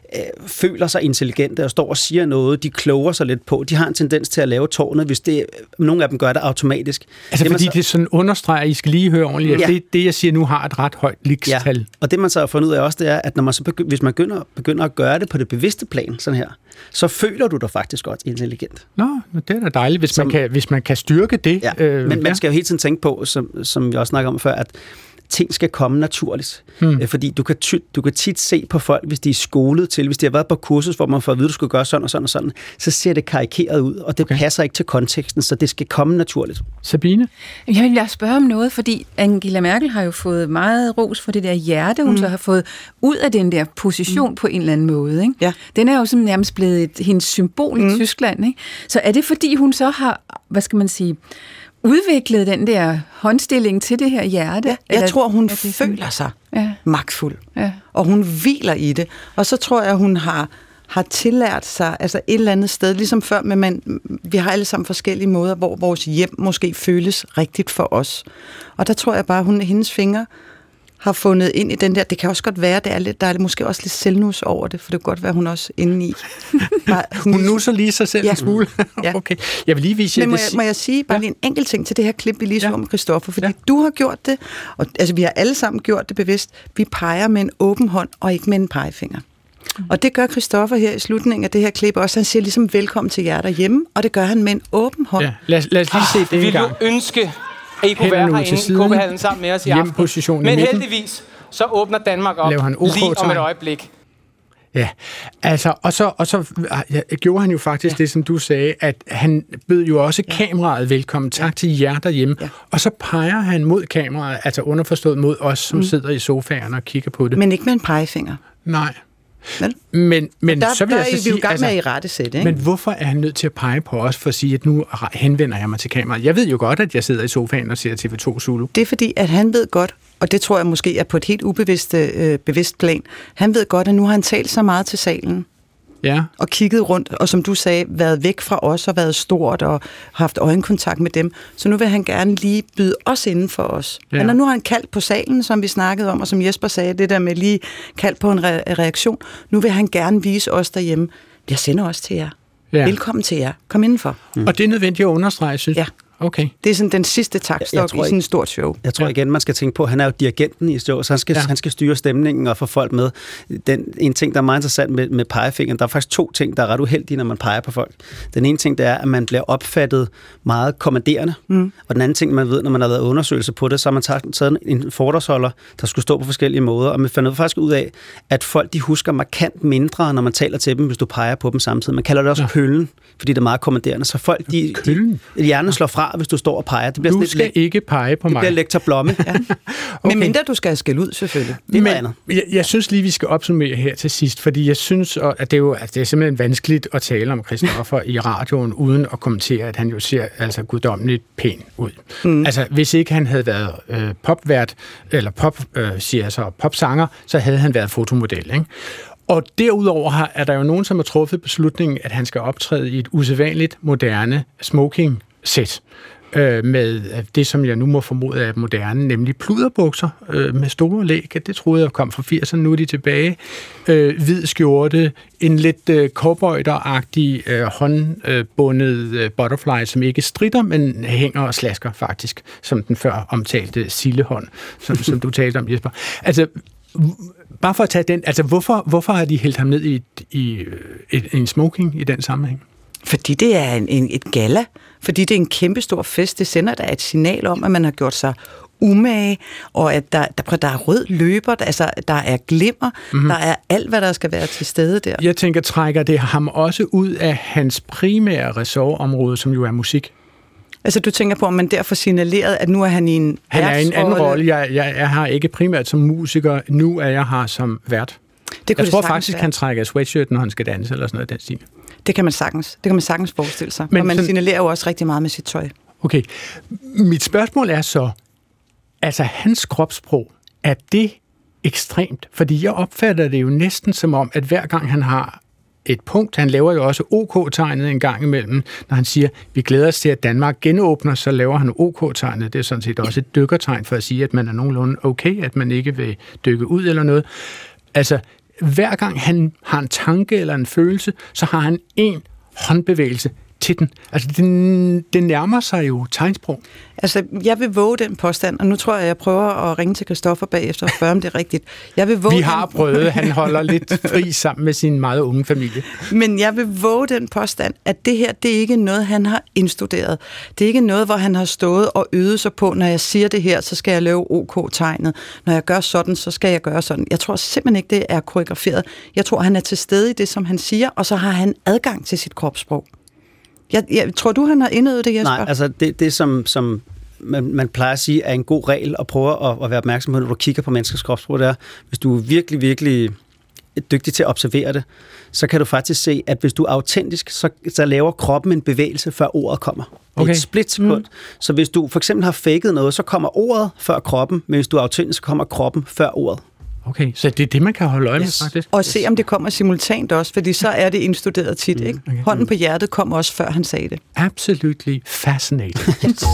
Speaker 5: føler sig intelligente og står og siger noget, de kloger sig lidt på. De har en tendens til at lave tårnet, hvis nogle af dem gør det automatisk. Altså
Speaker 3: fordi det sådan understreger, I skal lige høre ordentligt, at det, jeg siger nu, har et ret højt ligestal. Ja.
Speaker 5: Og det, man så har fundet ud af også, det er, at når man så hvis man begynder at gøre det på det bevidste plan, sådan her, så føler du dig faktisk godt intelligent.
Speaker 3: Nå, det er da dejligt, hvis man kan styrke det.
Speaker 5: Ja, men man skal jo hele tiden tænke på, som vi også snakker om før, at ting skal komme naturligt. Fordi du kan tit se på folk, hvis de er skolet til, hvis de har været på kursus, hvor man får at vide, at du skal gøre sådan og sådan og sådan, så ser det karikeret ud, og det passer ikke til konteksten, så det skal komme naturligt.
Speaker 3: Sabine?
Speaker 6: Jeg vil spørge om noget, fordi Angela Merkel har jo fået meget ros for det der hjerte, hun så har fået ud af den der position på en eller anden måde. Ikke? Ja. Den er jo sådan nærmest blevet hendes symbol i Tyskland. Ikke? Så er det fordi, hun så har, hvad skal man sige, udviklet den der håndstilling til det her hjerte?
Speaker 4: Ja, jeg tror, hun føler sig magtfuld, og hun hviler i det. Og så tror jeg, hun har tillært sig altså et eller andet sted, ligesom før, men vi har alle sammen forskellige måder, hvor vores hjem måske føles rigtigt for os. Og der tror jeg bare, hendes fingre har fundet ind i den der. Det kan også godt være, der er måske også lidt selvnus over det, for det kan godt være, hun også inde i.
Speaker 3: Hun nusser lige sig selv en smule.
Speaker 4: Ja.
Speaker 3: Okay. Jeg vil lige vise jer
Speaker 4: må jeg sige bare lige en enkelt ting til det her klip, vi lige så om Christoffer, fordi du har gjort det, og altså vi har alle sammen gjort det bevidst. Vi peger med en åben hånd, og ikke med en pegefinger. Og det gør Christoffer her i slutningen af det her klip også. Han siger ligesom velkommen til jer derhjemme, og det gør han med en åben hånd.
Speaker 3: Ja. Lad os lige se det en gang.
Speaker 2: Vil du ønske, at I kunne være herinde i Kobehallen sammen med os i aften? Men heldigvis, så åbner Danmark op lige om et øjeblik.
Speaker 3: Ja, altså, og så gjorde han jo faktisk det, som du sagde, at han bød jo også kameraet velkommen. Tak til jer derhjemme. Ja. Og så peger han mod kameraet, altså underforstået mod os, som sidder i sofaen og kigger på det.
Speaker 4: Men ikke med en pegefinger.
Speaker 3: Nej. Men der,
Speaker 4: så vil jeg så sige, jo med i rettesæt, ikke?
Speaker 3: Men hvorfor er han nødt til at pege på os for at sige, at nu henvender jeg mig til kameraet? Jeg ved jo godt, at jeg sidder i sofaen og ser TV2 Zulu.
Speaker 4: Det er fordi, at han ved godt, og det tror jeg måske er på et helt bevidst plan, han ved godt, at nu har han talt så meget til salen.
Speaker 3: Ja.
Speaker 4: Og kigget rundt, og som du sagde, været væk fra os og været stort og haft øjenkontakt med dem. Så nu vil han gerne lige byde os inden for os. Ja. Men nu har han kaldt på salen, som vi snakkede om, og som Jesper sagde, det der med lige kaldt på en reaktion. Nu vil han gerne vise os derhjemme. Jeg sender os til jer. Ja. Velkommen til jer. Kom indenfor.
Speaker 3: Og det er nødvendigt at understrege, synes jeg. Ja. Okay.
Speaker 4: Det er sådan den sidste takstok i sådan et stort show.
Speaker 5: Jeg tror igen, man skal tænke på, at han er jo dirigenten i show, så han skal styre stemningen og få folk med. En ting, der er meget interessant med pegefingeren, der er faktisk 2 ting, der er ret uheldige, når man peger på folk. Den ene ting, det er, at man bliver opfattet meget kommanderende, og den anden ting, man ved, når man har lavet undersøgelser på det, så har man taget en foredragsholder, der skulle stå på forskellige måder, og man finder faktisk ud af, at folk de husker markant mindre, når man taler til dem, hvis du peger på dem samtidig. Man kalder det også køllen, fordi det er meget kommanderende. Så folk, hjernen slår fra, hvis du står og peger. Det bliver
Speaker 3: du skal ikke pege på mig.
Speaker 5: Det bliver lektor Blomme.
Speaker 4: Ja. Okay. Men mindre du skal skælde ud, selvfølgelig.
Speaker 3: Det er noget andet. Jeg synes lige, vi skal opsummere her til sidst, fordi jeg synes, at det er simpelthen vanskeligt at tale om Christoffer i radioen, uden at kommentere, at han jo ser altså guddommeligt pæn ud. Altså, hvis ikke han havde været popvært, eller popsanger, så havde han været fotomodel, ikke? Og derudover er der jo nogen, som har truffet beslutningen, at han skal optræde i et usædvanligt moderne smoking-sæt. med det, som jeg nu må formode er moderne, nemlig pluderbukser med store læg. Det troede jeg kom fra 80'erne, nu er de tilbage. Hvid skjorte, en lidt cowboyder-agtig håndbundet butterfly, som ikke stritter, men hænger og slasker faktisk, som den før omtalte sildehånd, som du talte om, Jesper. Altså, bare for at tage den, altså hvorfor har de hældt ham ned i en smoking i den sammenhæng?
Speaker 4: Fordi det er et gala, fordi det er en kæmpestor fest. Det sender da et signal om, at man har gjort sig umage, og at der er rød løber, altså der er glimmer, der er alt, hvad der skal være til stede der.
Speaker 3: Jeg tænker, trækker det ham også ud af hans primære ressortområde, som jo er musik?
Speaker 4: Altså du tænker på, om man derfor signaleret, at nu er han i en
Speaker 3: Han er i en anden rolle. Jeg har ikke primært som musiker, nu er jeg her som vært. Jeg tror faktisk, han trækker sweatshirt, når han skal danse, eller sådan noget af den stil.
Speaker 4: Det kan man sagtens forestille sig. Men man signalerer jo også rigtig meget med sit tøj.
Speaker 3: Okay. Mit spørgsmål er så, altså hans kropssprog, er det ekstremt? Fordi jeg opfatter det jo næsten som om, at hver gang han har et punkt, han laver jo også OK-tegnet en gang imellem, når han siger, vi glæder os til, at Danmark genåbner, så laver han OK-tegnet. Det er sådan set også et dykkertegn for at sige, at man er nogenlunde okay, at man ikke vil dykke ud eller noget. Altså, hver gang han har en tanke eller en følelse, så har han en håndbevægelse til den. Altså, det nærmer sig jo tegnsprog.
Speaker 4: Altså, jeg vil våge den påstand, og nu tror jeg prøver at ringe til Christoffer bagefter og spørge, om det er rigtigt. Vi
Speaker 3: har prøvet, han holder lidt fri sammen med sin meget unge familie.
Speaker 4: Men jeg vil våge den påstand, at det her, det er ikke noget, han har indstuderet. Det er ikke noget, hvor han har stået og øvet sig på, når jeg siger det her, så skal jeg lave OK-tegnet. Når jeg gør sådan, så skal jeg gøre sådan. Jeg tror simpelthen ikke, det er koreograferet. Jeg tror, han er til stede i det, som han siger, og så har han adgang til sit kropssprog. Tror du, han har indøvet det, Jesper?
Speaker 5: Nej, altså det som man plejer at sige, er en god regel at prøve at være opmærksom på, når du kigger på menneskers kropssprog, det er, hvis du er virkelig, virkelig dygtig til at observere det, så kan du faktisk se, at hvis du er autentisk, så laver kroppen en bevægelse, før ordet kommer. Okay. Et splitsekund. Så hvis du for eksempel har faket noget, så kommer ordet før kroppen, men hvis du er autentisk, så kommer kroppen før ordet.
Speaker 3: Okay, så det er det, man kan holde øje med, faktisk.
Speaker 4: Og se, om det kommer simultant også, fordi så er det indstuderet tit, ikke? Okay. Hånden på hjertet kom også, før han sagde det.
Speaker 3: Absolutely fascinating. Yes.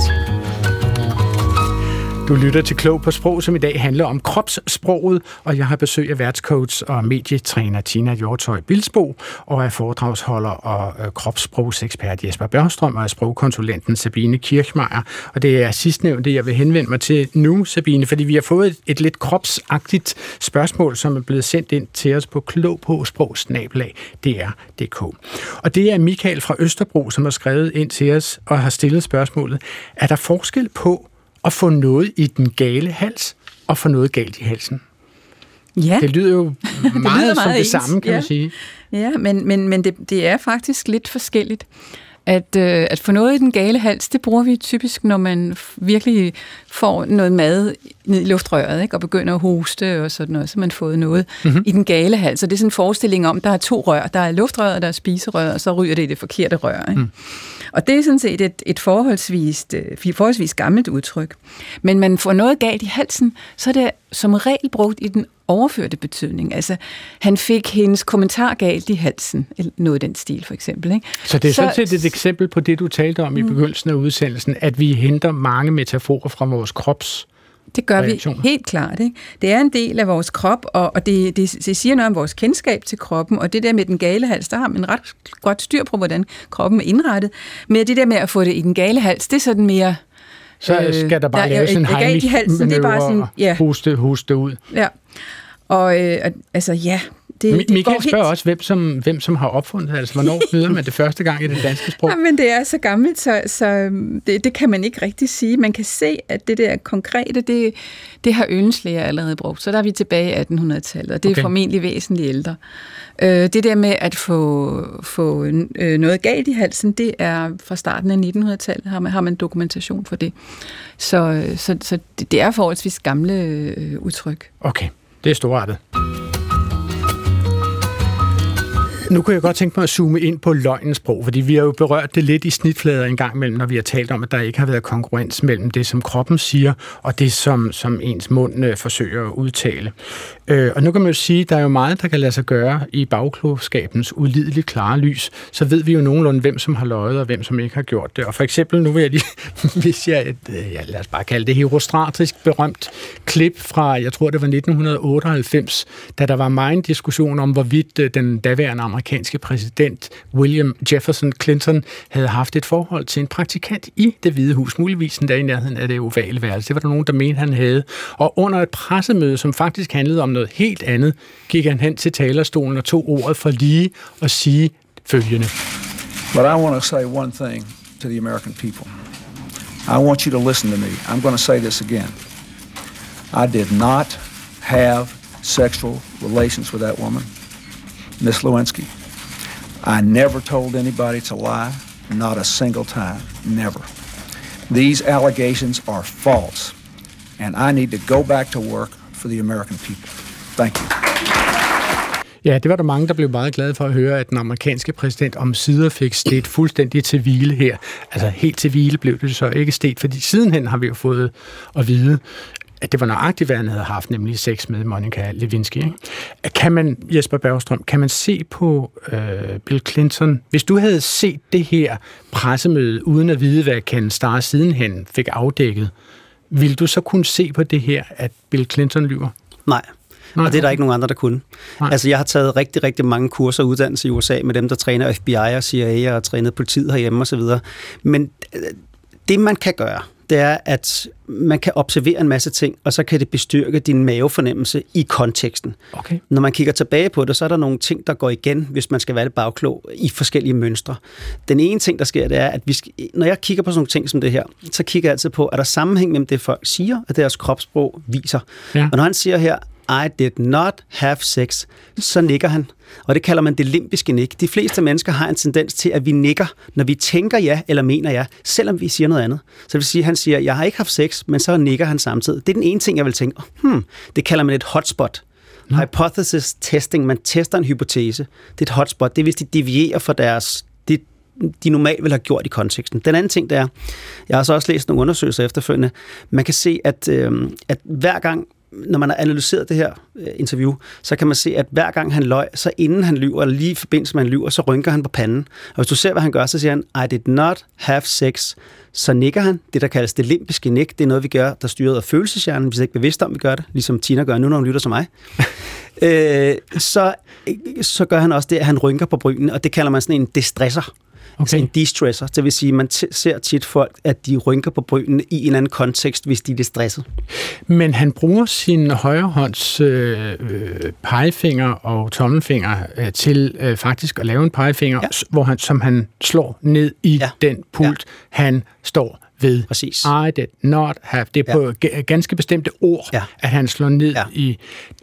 Speaker 3: Du lytter til Klog på Sprog, som i dag handler om kropssproget, og jeg har besøg af værtscoach og medietræner Tina Hjortøj Bilsbo, og af foredragsholder og kropssprogsekspert Jesper Børstrøm og af sprogkonsulenten Sabine Kirchmeier. Og det er sidstnævnte, jeg vil henvende mig til nu, Sabine, fordi vi har fået et lidt kropsagtigt spørgsmål, som er blevet sendt ind til os på klogpåsprog@dr.dk. Og det er Michael fra Østerbro, som har skrevet ind til os og har stillet spørgsmålet: er der forskel på at få noget i den gale hals og få noget galt i halsen?
Speaker 6: Ja.
Speaker 3: Det lyder jo meget som det samme, kan man sige.
Speaker 6: Ja, men det er faktisk lidt forskelligt. At få noget i den gale hals, det bruger vi typisk, når man virkelig får noget mad ned i luftrøret, ikke? Og begynder at hoste og sådan noget, så man fået noget i den gale hals. Så det er sådan en forestilling om, der er to rør. Der er luftrøret, og der er spiserøret, og så ryger det i det forkerte rør. Ikke? Og det er sådan set et forholdsvis gammelt udtryk. Men man får noget galt i halsen, så er det som regel brugt i den overførte betydning. Altså, han fik hendes kommentar galt i halsen, eller noget i den stil, for eksempel. Ikke?
Speaker 3: Så det er sådan set et eksempel på det, du talte om i begyndelsen af udsendelsen, at vi henter mange metaforer fra vores krops.
Speaker 6: Det gør vi helt klart. Ikke? Det er en del af vores krop, og det siger noget om vores kendskab til kroppen, og det der med den gale hals, der har man ret godt styr på, hvordan kroppen er indrettet. Men det der med at få det i den gale hals, det er sådan mere...
Speaker 3: Så skal der bare laves en Heimlich-manøvre og hoste ud.
Speaker 6: Ja, og altså ja...
Speaker 3: Michael spørger også, hvem som har opfundet det. Altså, hvornår møder man det første gang i det danske sprog?
Speaker 6: Ja, men det er så gammelt, så det kan man ikke rigtig sige. Man kan se, at det der konkrete, det har Oehlenschläger allerede brugt. Så der er vi tilbage i 1800-tallet, og det er formentlig væsentligt ældre. Det der med at få noget galt i halsen, det er fra starten af 1900-tallet, har man dokumentation for det. Så det er forholdsvis gamle udtryk.
Speaker 3: Okay, det er storartet. Nu kunne jeg godt tænke mig at zoome ind på løgnens sprog, fordi vi har jo berørt det lidt i snitflader en gang imellem, når vi har talt om, at der ikke har været konkurrens mellem det, som kroppen siger, og det, som ens mund forsøger at udtale. Og nu kan man jo sige, at der er jo meget, der kan lade sig gøre i bagklogskabens ulideligt klare lys. Så ved vi jo nogenlunde, hvem som har løjet, og hvem som ikke har gjort det. Og for eksempel, nu vil jeg lige, hvis lad os bare kalde det herostratisk berømt klip fra, jeg tror det var 1998, da der var meget diskussion om, hvorvidt den daværende amerikanske præsident William Jefferson Clinton havde haft et forhold til en praktikant i Det Hvide Hus, muligvis endda i nærheden af det ovale værelse. Det var der nogen, der mente, han havde. Og under et pressemøde, som faktisk handlede om noget helt andet, gik han hen til talerstolen og tog ordet for lige at sige følgende.
Speaker 7: But I want to say one thing to the American people. I want you to listen to me. I'm going to say this again. I did not have sexual relations with that woman, Miss Lewinsky. I never told anybody to lie, not a single time, never. These allegations are false, and I need to go back to work for the American people. Thank you.
Speaker 3: Ja, det var der mange, der blev meget glade for at høre, at den amerikanske præsident omsider fik stedt fuldstændig til hvile her. Altså helt til hvile blev det så ikke stedt, fordi sidenhen har vi jo fået at vide, at det var nøjagtigt, hvad han havde haft, nemlig sex med Monica Lewinsky. Ikke? Kan man, Jesper Bergstrøm, kan man se på Bill Clinton, hvis du havde set det her pressemøde, uden at vide, hvad Ken Starr sidenhen fik afdækket, ville du så kunne se på det her, at Bill Clinton lyver?
Speaker 5: Nej. Og det er der ikke nogen andre, der kunne. Nej. Altså, jeg har taget rigtig, rigtig mange kurser og uddannelse i USA med dem, der træner FBI og CIA og trænet politiet herhjemme osv. Men det, man kan gøre, det er, at man kan observere en masse ting, og så kan det bestyrke din mavefornemmelse i konteksten. Okay. Når man kigger tilbage på det, så er der nogle ting, der går igen, hvis man skal være lidt bagklog, i forskellige mønstre. Den ene ting, der sker, det er, at når jeg kigger på sådan nogle ting som det her, så kigger jeg altid på, er der sammenhæng mellem det, folk siger, og deres kropssprog viser. Ja. Og når han siger her, I did not have sex, så nikker han. Og det kalder man det limbiske nik. De fleste mennesker har en tendens til, at vi nikker, når vi tænker ja eller mener ja, selvom vi siger noget andet. Så det vil sige, at han siger, jeg har ikke haft sex, men så nikker han samtidig. Det er den ene ting, jeg vil tænke. Det kalder man et hotspot. Hypothesis testing. Man tester en hypotese. Det er et hotspot. Det er, hvis de devierer fra det, de normalt vil have gjort i konteksten. Den anden ting, det er, jeg har så også læst nogle undersøgelser efterfølgende, man kan se, at hver gang, når man har analyseret det her interview, så kan man se, at hver gang han løj, så inden han lyver, eller lige i forbindelse med han lyver, så rynker han på panden. Og hvis du ser, hvad han gør, så siger han, I did not have sex. Så nikker han. Det, der kaldes det limbiske nik, det er noget, vi gør, der er styret af følelseshjernen. Vi er ikke bevidste om, vi gør det, ligesom Tina gør nu, når hun lytter til mig. Så gør han også det, at han rynker på brynen, og det kalder man sådan en distresser. Okay. Altså en distresser. Det vil sige, at man ser tit folk, at de rynker på brynene i en eller anden kontekst, hvis de er stresset. Men han bruger sin højrehånds pegefinger og tommelfinger til faktisk at lave en pegefinger, som han slår ned i den pult, han står ved. Præcis.
Speaker 3: I did not have. Det er på ganske bestemte ord, at han slår ned i.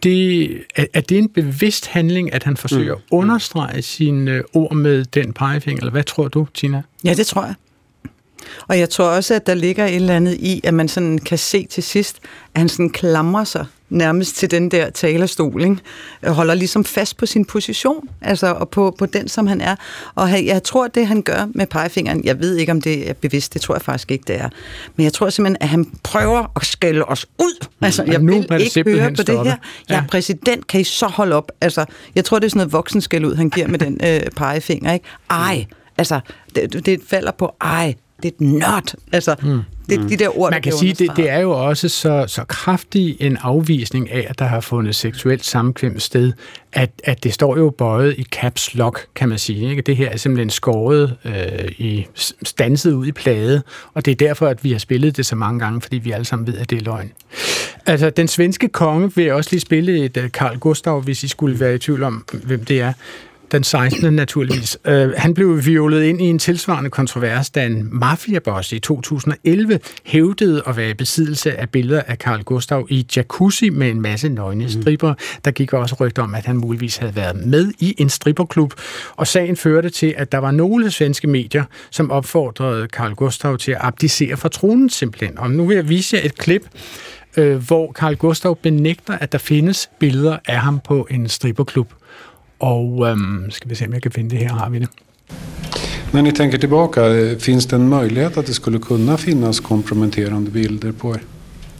Speaker 3: Er det en bevidst handling, at han forsøger at understrege sine ord med den pegefinger? Eller hvad tror du, Tina?
Speaker 4: Ja, det tror jeg. Og jeg tror også, at der ligger et eller andet i, at man sådan kan se til sidst, at han sådan klamrer sig nærmest til den der talerstol, ikke? Holder ligesom fast på sin position, altså, og på den, som han er. Og jeg tror, det han gør med pegefingeren, jeg ved ikke, om det er bevidst, det tror jeg faktisk ikke, det er. Men jeg tror simpelthen, at han prøver at skælde os ud. Altså, jeg vil ikke høre på det her. Jeg er præsident, kan I så holde op? Altså, jeg tror, det er sådan noget voksenskæld ud, han giver med den pegefinger, ikke? Ej, altså, det falder på ej. Det er not. Altså, de der ord,
Speaker 3: man kan sige, det er jo også så kraftig en afvisning af, at der har fundet seksuelt samkvem sted, at det står jo bøjet i caps lock, kan man sige. Ikke? Det her er simpelthen skåret standset ud i plade, og det er derfor, at vi har spillet det så mange gange, fordi vi alle sammen ved, at det er løgn. Altså, den svenske konge vil også lige spille et Carl Gustaf, hvis I skulle være i tvivl om, hvem det er. Den 16. naturligvis. Han blev violet ind i en tilsvarende kontrovers, da en mafiaboss i 2011 hævdede at være i besiddelse af billeder af Carl Gustaf i jacuzzi med en masse nøgne stripper. Der gik også rygter om, at han muligvis havde været med i en stripperklub, og sagen førte til, at der var nogle svenske medier, som opfordrede Carl Gustaf til at abdicere fra tronen simpelthen. Og nu vil jeg vise jer et klip, hvor Carl Gustaf benægter, at der findes billeder af ham på en stripperklub. Og skal vi se, om jeg kan finde det her. Har vi det?
Speaker 8: När ni tänker tillbaka, finns det en möjlighet att det skulle kunna finnas komprometterande bilder på er?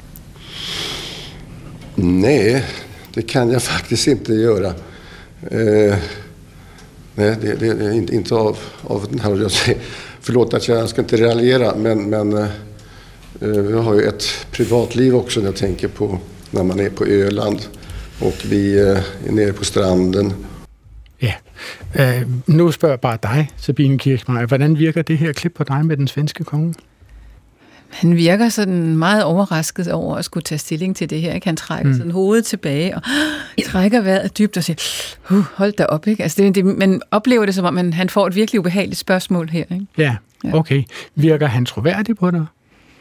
Speaker 9: Nej, det kan jag faktiskt inte göra. Nej, det är inte av den här, jag säger, förlåt att jag ska inte raljera, men vi har ju ett privatliv också när jag tänker på när man är på Öland och vi är nere på stranden.
Speaker 3: Ja, nu spørger jeg bare dig, Sabine Kirchmeier. Hvordan virker det her klip på dig med den svenske konge?
Speaker 6: Han virker sådan meget overrasket over at skulle tage stilling til det her. Ikke? Han trækker sådan hovedet tilbage og trækker vejret dybt og siger, hold da op. Ikke? Altså man oplever det, som om han får et virkelig ubehageligt spørgsmål her. Ikke?
Speaker 3: Ja, okay. Virker han troværdig på dig?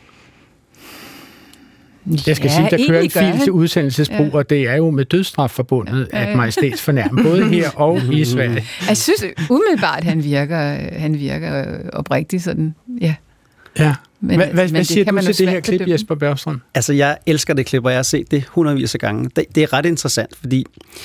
Speaker 3: Jeg skal sige, der kører en fil til udsendelsesbrug, og det er jo med dødsstraf forbundet, at majestætsfornærme, både her og i Sverige.
Speaker 6: Jeg synes umiddelbart, han virker oprigtigt sådan, ja.
Speaker 3: Ja. Hvad siger du til det her klip, Jesper Bergstrøm?
Speaker 5: Altså, jeg elsker det klip, og jeg har set det hundredvis af gange. Det er ret interessant, fordi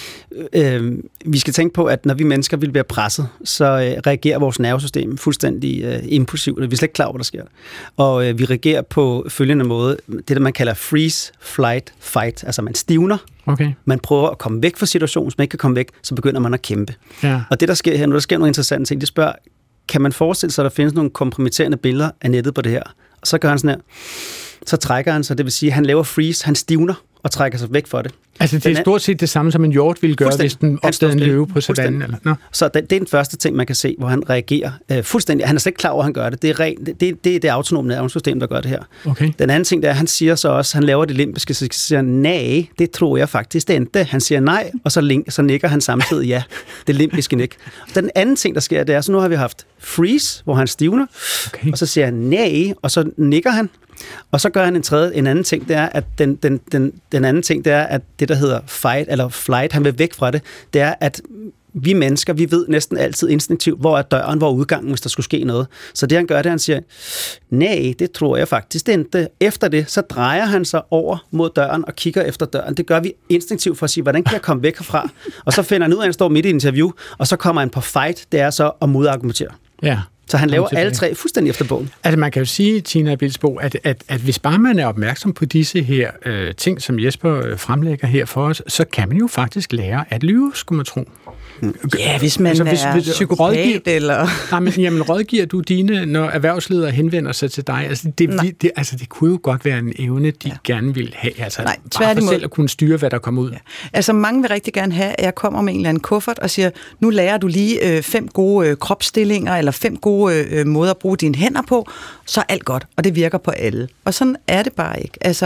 Speaker 5: vi skal tænke på, at når vi mennesker vil blive presset, så reagerer vores nervesystem fuldstændig impulsivt. Vi er slet ikke klar over, hvad der sker. Og vi reagerer på følgende måde. Det, man kalder freeze, flight, fight. Altså, man stivner.
Speaker 3: Okay. Man
Speaker 5: prøver at komme væk fra situationen. Hvis man ikke kan komme væk, så begynder man at kæmpe.
Speaker 3: Ja.
Speaker 5: Og det, der sker her nu, der sker nogle interessante ting. De spørger, kan man forestille sig, at der findes nogle kompromitterende billeder af nettet på det her? Og så gør han sådan her. Så trækker han sig, det vil sige, at han laver freeze, han stivner og trækker sig væk fra det.
Speaker 3: Altså det er stort set det samme, som en hjort ville gøre, hvis den opdagede en løve på savannen? Eller? No.
Speaker 5: Så det er den første ting, man kan se, hvor han reagerer fuldstændig. Han er slet ikke klar over, at han gør det. Det er det autonome nervesystem, der gør det her.
Speaker 3: Okay.
Speaker 5: Den anden ting, der er, han siger så også, han laver det limbiske, så siger nej, det tror jeg faktisk ikke. Han siger nej, og så nikker han samtidig ja. Det limbiske nik. Den anden ting, der sker, det er, så nu har vi haft freeze, hvor han stivner, og så siger han nej, og så nikker han. Og så gør han en anden ting, det er, at den anden ting, det er, at det, der hedder fight eller flight, han vil væk fra det, det er, at vi mennesker, vi ved næsten altid instinktivt, hvor er døren, hvor er udgangen, hvis der skulle ske noget. Så det, han gør, det han siger, nej, det tror jeg faktisk ikke. Efter det, så drejer han sig over mod døren og kigger efter døren. Det gør vi instinktivt for at sige, hvordan kan jeg komme væk herfra? Og så finder han ud af, at han står midt i et interview, og så kommer han på fight, det er så at modargumentere.
Speaker 3: Ja.
Speaker 5: Så han laver alle tre fuldstændig efter bogen.
Speaker 3: Altså man kan jo sige, Tina Bilsbo, at hvis bare man er opmærksom på disse her ting, som Jesper fremlægger her for os, så kan man jo faktisk lære at lyve, skulle man tro.
Speaker 4: Ja, hvis man er psykopat eller...
Speaker 3: Nej, men jamen, rådgiver du dine, når erhvervsledere henvender sig til dig? Altså, det kunne jo godt være en evne, de gerne vil have. Altså,
Speaker 4: nej,
Speaker 3: bare for selv at kunne styre, hvad der kommer ud. Ja.
Speaker 4: Altså, mange vil rigtig gerne have, at jeg kommer med en eller anden kuffert og siger, nu lærer du lige 5 gode kropsstillinger, eller 5 gode måder at bruge dine hænder på, så er alt godt, og det virker på alle. Og sådan er det bare ikke. Altså,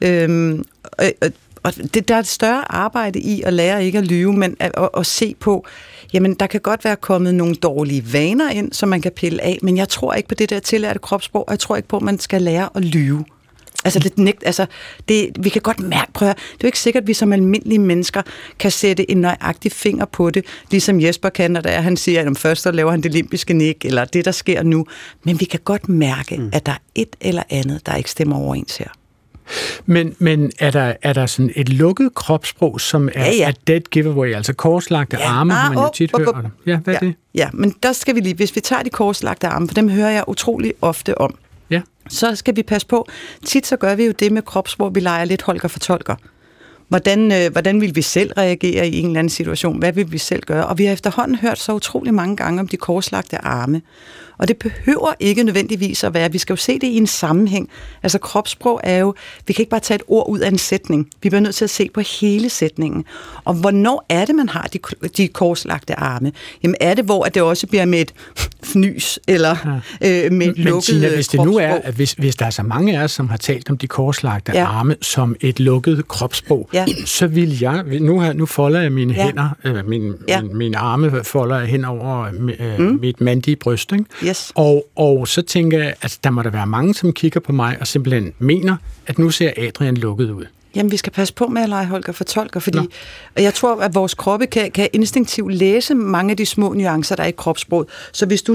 Speaker 4: og der er et større arbejde i at lære ikke at lyve, men at se på, jamen der kan godt være kommet nogle dårlige vaner ind, som man kan pille af, men jeg tror ikke på det der tillærte kropssprog, og jeg tror ikke på, at man skal lære at lyve. Altså lidt nægt, altså vi kan godt mærke, prøv at, det er jo ikke sikkert, at vi som almindelige mennesker kan sætte en nøjagtig finger på det, ligesom Jesper kan, når han siger, at først laver han det limbiske nik, eller det, der sker nu. Men vi kan godt mærke, at der er et eller andet, der ikke stemmer overens her.
Speaker 3: Men er der sådan et lukket kropssprog, som er et dead giveaway, altså korslagte arme, har man jo tit hørt om? Ja, hvad er det?
Speaker 4: Ja, men der skal vi lige, hvis vi tager de korslagte arme, for dem hører jeg utrolig ofte om, så skal vi passe på. Tit så gør vi jo det med kropssprog, vi leger lidt Holger fortolker. Hvordan vil vi selv reagere i en eller anden situation? Hvad vil vi selv gøre? Og vi har efterhånden hørt så utrolig mange gange om de korslagte arme. Og det behøver ikke nødvendigvis at være, vi skal jo se det i en sammenhæng. Altså kropssprog er jo, vi kan ikke bare tage et ord ud af en sætning. Vi bliver nødt til at se på hele sætningen. Og hvornår er det, man har de korslagte arme? Jamen er det, hvor det også bliver med et fnys, eller med et lukket
Speaker 3: Tina, hvis det nu er, at hvis der er så mange af os, som har talt om de korslagte arme som et lukket kropssprog, så vil jeg, nu folder jeg mine hænder, mine arme folder jeg hen over mit mandige bryst, ikke?
Speaker 4: Yes.
Speaker 3: Og så tænker jeg, at der må der være mange, som kigger på mig og simpelthen mener, at nu ser Adrian lukket ud.
Speaker 4: Jamen, vi skal passe på med at lege Holger fortolker, fordi jeg tror, at vores kroppe kan instinktivt læse mange af de små nuancer, der er i kropssproget. Så hvis du nu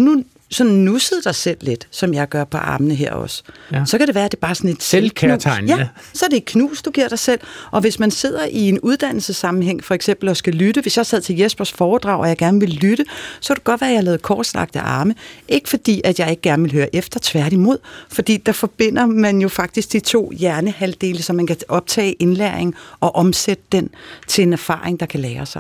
Speaker 4: så nusset dig selv lidt, som jeg gør på armene her også, så kan det være, at det er bare sådan et
Speaker 3: selvkærtegn.
Speaker 4: Ja, så er det et knus, du giver dig selv. Og hvis man sidder i en uddannelsessammenhæng, for eksempel, og skal lytte, hvis jeg sad til Jespers foredrag, og jeg gerne vil lytte, så kan det godt være, at jeg lavede korslagte arme. Ikke fordi, at jeg ikke gerne vil høre efter, tværtimod, fordi der forbinder man jo faktisk de 2 hjernehalvdele, så man kan optage indlæring og omsætte den til en erfaring, der kan lære sig.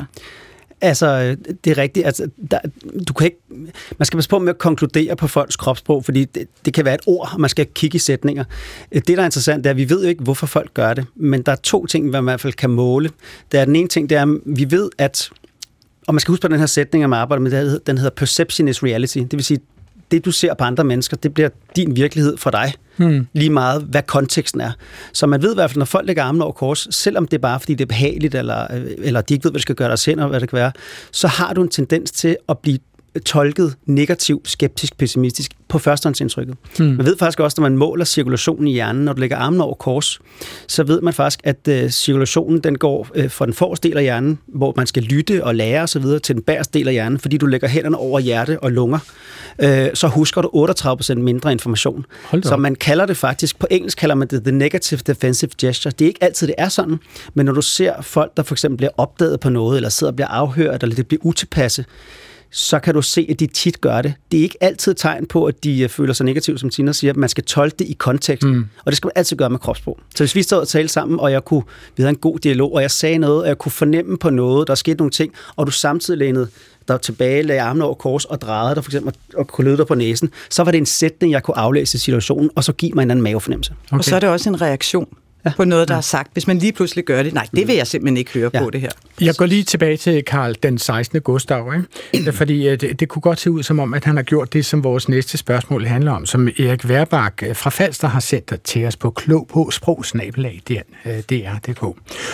Speaker 5: Altså, det er rigtigt. Altså, du kan ikke, man skal passe på med at konkludere på folks kropssprog, fordi det kan være et ord, og man skal kigge i sætninger. Det, der er interessant, det er, at vi ved jo ikke, hvorfor folk gør det, men der er 2 ting, man i hvert fald kan måle. Den ene ting, det er, at vi ved, at, og man skal huske på den her sætning, man arbejder med, den hedder perception is reality. Det vil sige, det du ser på andre mennesker, det bliver din virkelighed for dig. Lige meget, hvad konteksten er. Så man ved i hvert fald, når folk lægger armene over kors, selvom det er bare fordi det er behageligt, eller de ikke ved, hvad det skal gøre deres hænder, hvad det kan være, så har du en tendens til at blive tolket negativt, skeptisk, pessimistisk på førstehåndsindtrykket. Man ved faktisk også, når man måler cirkulationen i hjernen, når du lægger armene over kors, så ved man faktisk, at cirkulationen den går fra den forreste del af hjernen, hvor man skal lytte og lære osv., til den bagerste del af hjernen, fordi du lægger hænderne over hjerte og lunger, så husker du 38% mindre information. Så man kalder det faktisk, på engelsk kalder man det the negative defensive gesture. Det er ikke altid, det er sådan, men når du ser folk, der for eksempel bliver opdaget på noget, eller sidder og bliver afhørt, eller det bliver utilpasse, så kan du se, at de tit gør det. Det er ikke altid tegn på, at de føler sig negativt, som Tina siger. Man skal tolke det i konteksten, og det skal man altid gøre med kropssprog. Så hvis vi stod og talte sammen, og vi havde en god dialog, og jeg sagde noget, og jeg kunne fornemme på noget, der skete nogle ting, og du samtidig lænede der tilbage, lagde armene over kors og drejede dig for eksempel og kunne løbe dig på næsen, så var det en sætning, jeg kunne aflæse i situationen, og så give mig en anden mavefornemmelse.
Speaker 4: Okay. Og så er det også en reaktion på noget, der er sagt. Hvis man lige pludselig gør det, nej, det vil jeg simpelthen ikke høre på det her.
Speaker 3: Jeg går lige tilbage til Karl den 16. Gustav, ikke? Fordi det kunne godt se ud som om, at han har gjort det, som vores næste spørgsmål handler om, som Erik Værbak fra Falster har sendt til os på klog på sprogsnabelag.dr.dk.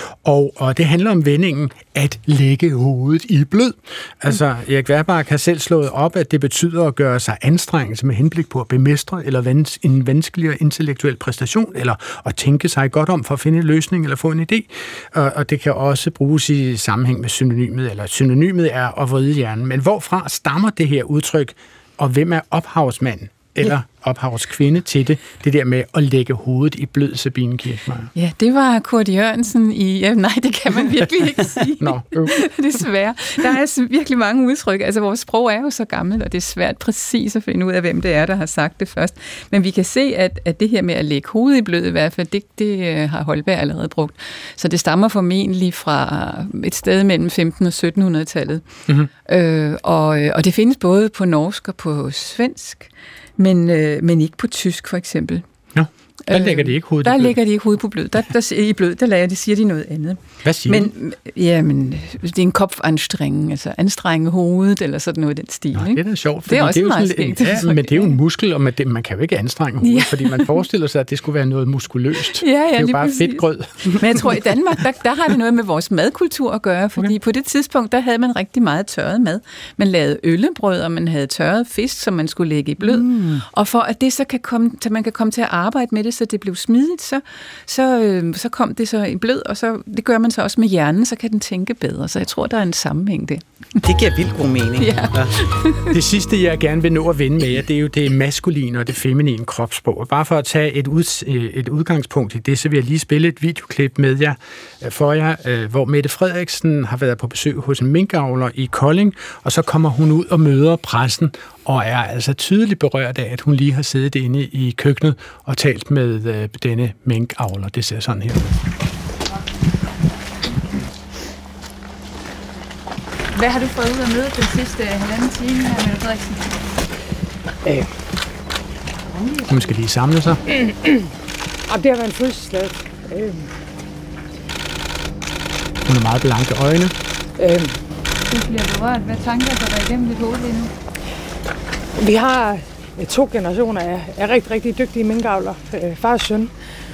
Speaker 3: Og det handler om vendingen at lægge hovedet i blød. Altså, Erik Værbak har selv slået op, at det betyder at gøre sig anstrengelse med henblik på at bemestre eller en vanskeligere intellektuel præstation, eller at tænke sig godt om for at finde en løsning eller få en idé. Og det kan også bruges i sammenhæng med synonymet, eller synonymet er at vride hjernen. Men hvorfra stammer det her udtryk, og hvem er ophavsmanden eller ophavskvinde til det der med at lægge hovedet i blød, Sabine Kirchmeier?
Speaker 6: Ja, det var Kurt Jørgensen i... Ja, nej, det kan man virkelig ikke sige. Desværre. Der er virkelig mange udtryk. Altså, vores sprog er jo så gammelt, og det er svært præcis at finde ud af, hvem det er, der har sagt det først. Men vi kan se, at det her med at lægge hovedet i blød i hvert fald, det har Holberg allerede brugt. Så det stammer formentlig fra et sted mellem 1500- og 1700-tallet. Mm-hmm. Og det findes både på norsk og på svensk, men ikke på tysk, for eksempel.
Speaker 3: Ja, der lægger de ikke hovedet
Speaker 6: Der lægger de ikke hovedet på blød. I blød, der siger de noget andet.
Speaker 3: Hvad siger de?
Speaker 6: Jamen, det er en kopfanstrengen, altså anstrenge hovedet, eller sådan noget i den stil.
Speaker 3: Nå,
Speaker 6: ikke?
Speaker 3: Det er da sjovt,
Speaker 6: det er også
Speaker 3: det er
Speaker 6: meget
Speaker 3: skægt. Ja, men det er jo en muskel, og man kan jo ikke anstrenge hovedet, fordi man forestiller sig, at det skulle være noget muskuløst.
Speaker 6: Ja,
Speaker 3: det er jo bare
Speaker 6: præcis.
Speaker 3: fedtgrød.
Speaker 6: Men jeg tror, i Danmark, der har det noget med vores madkultur at gøre, fordi på det tidspunkt, der havde man rigtig meget tørret mad. Man lavede øllebrød, og man havde tørret fisk, som man skulle lægge i blød. Og for at det så kan komme, så man kan komme til at arbejde med det, så det blev smidigt, så kom det så i blød, og så det gør man så også med hjernen, så kan den tænke bedre. Så jeg tror, der er en sammenhæng der.
Speaker 4: Det giver vildt god mening.
Speaker 6: Ja.
Speaker 3: Det sidste, jeg gerne vil nå at vende med jer, det er jo det maskuline og det feminine kropssprog. Bare for at tage et udgangspunkt i det, så vil jeg lige spille et videoklip med jer for jer, hvor Mette Frederiksen har været på besøg hos en minkavler i Kolding, og så kommer hun ud og møder pressen, og er altså tydeligt berørt af, at hun lige har siddet inde i køkkenet og talt med denne minkavler. Det ser sådan her.
Speaker 10: Hvad har du fået ud af mødet den sidste halvanden time her, Mette Frederiksen?
Speaker 3: Hun skal lige samle sig.
Speaker 11: Og det har været en fødselsdag.
Speaker 3: Hun har meget blanke øjne.
Speaker 10: Du bliver berørt. Hvad tanker går der igennem dit hoved lige nu?
Speaker 11: Vi har 2 generationer af rigtig, rigtig dygtige minkavlere. Far og søn.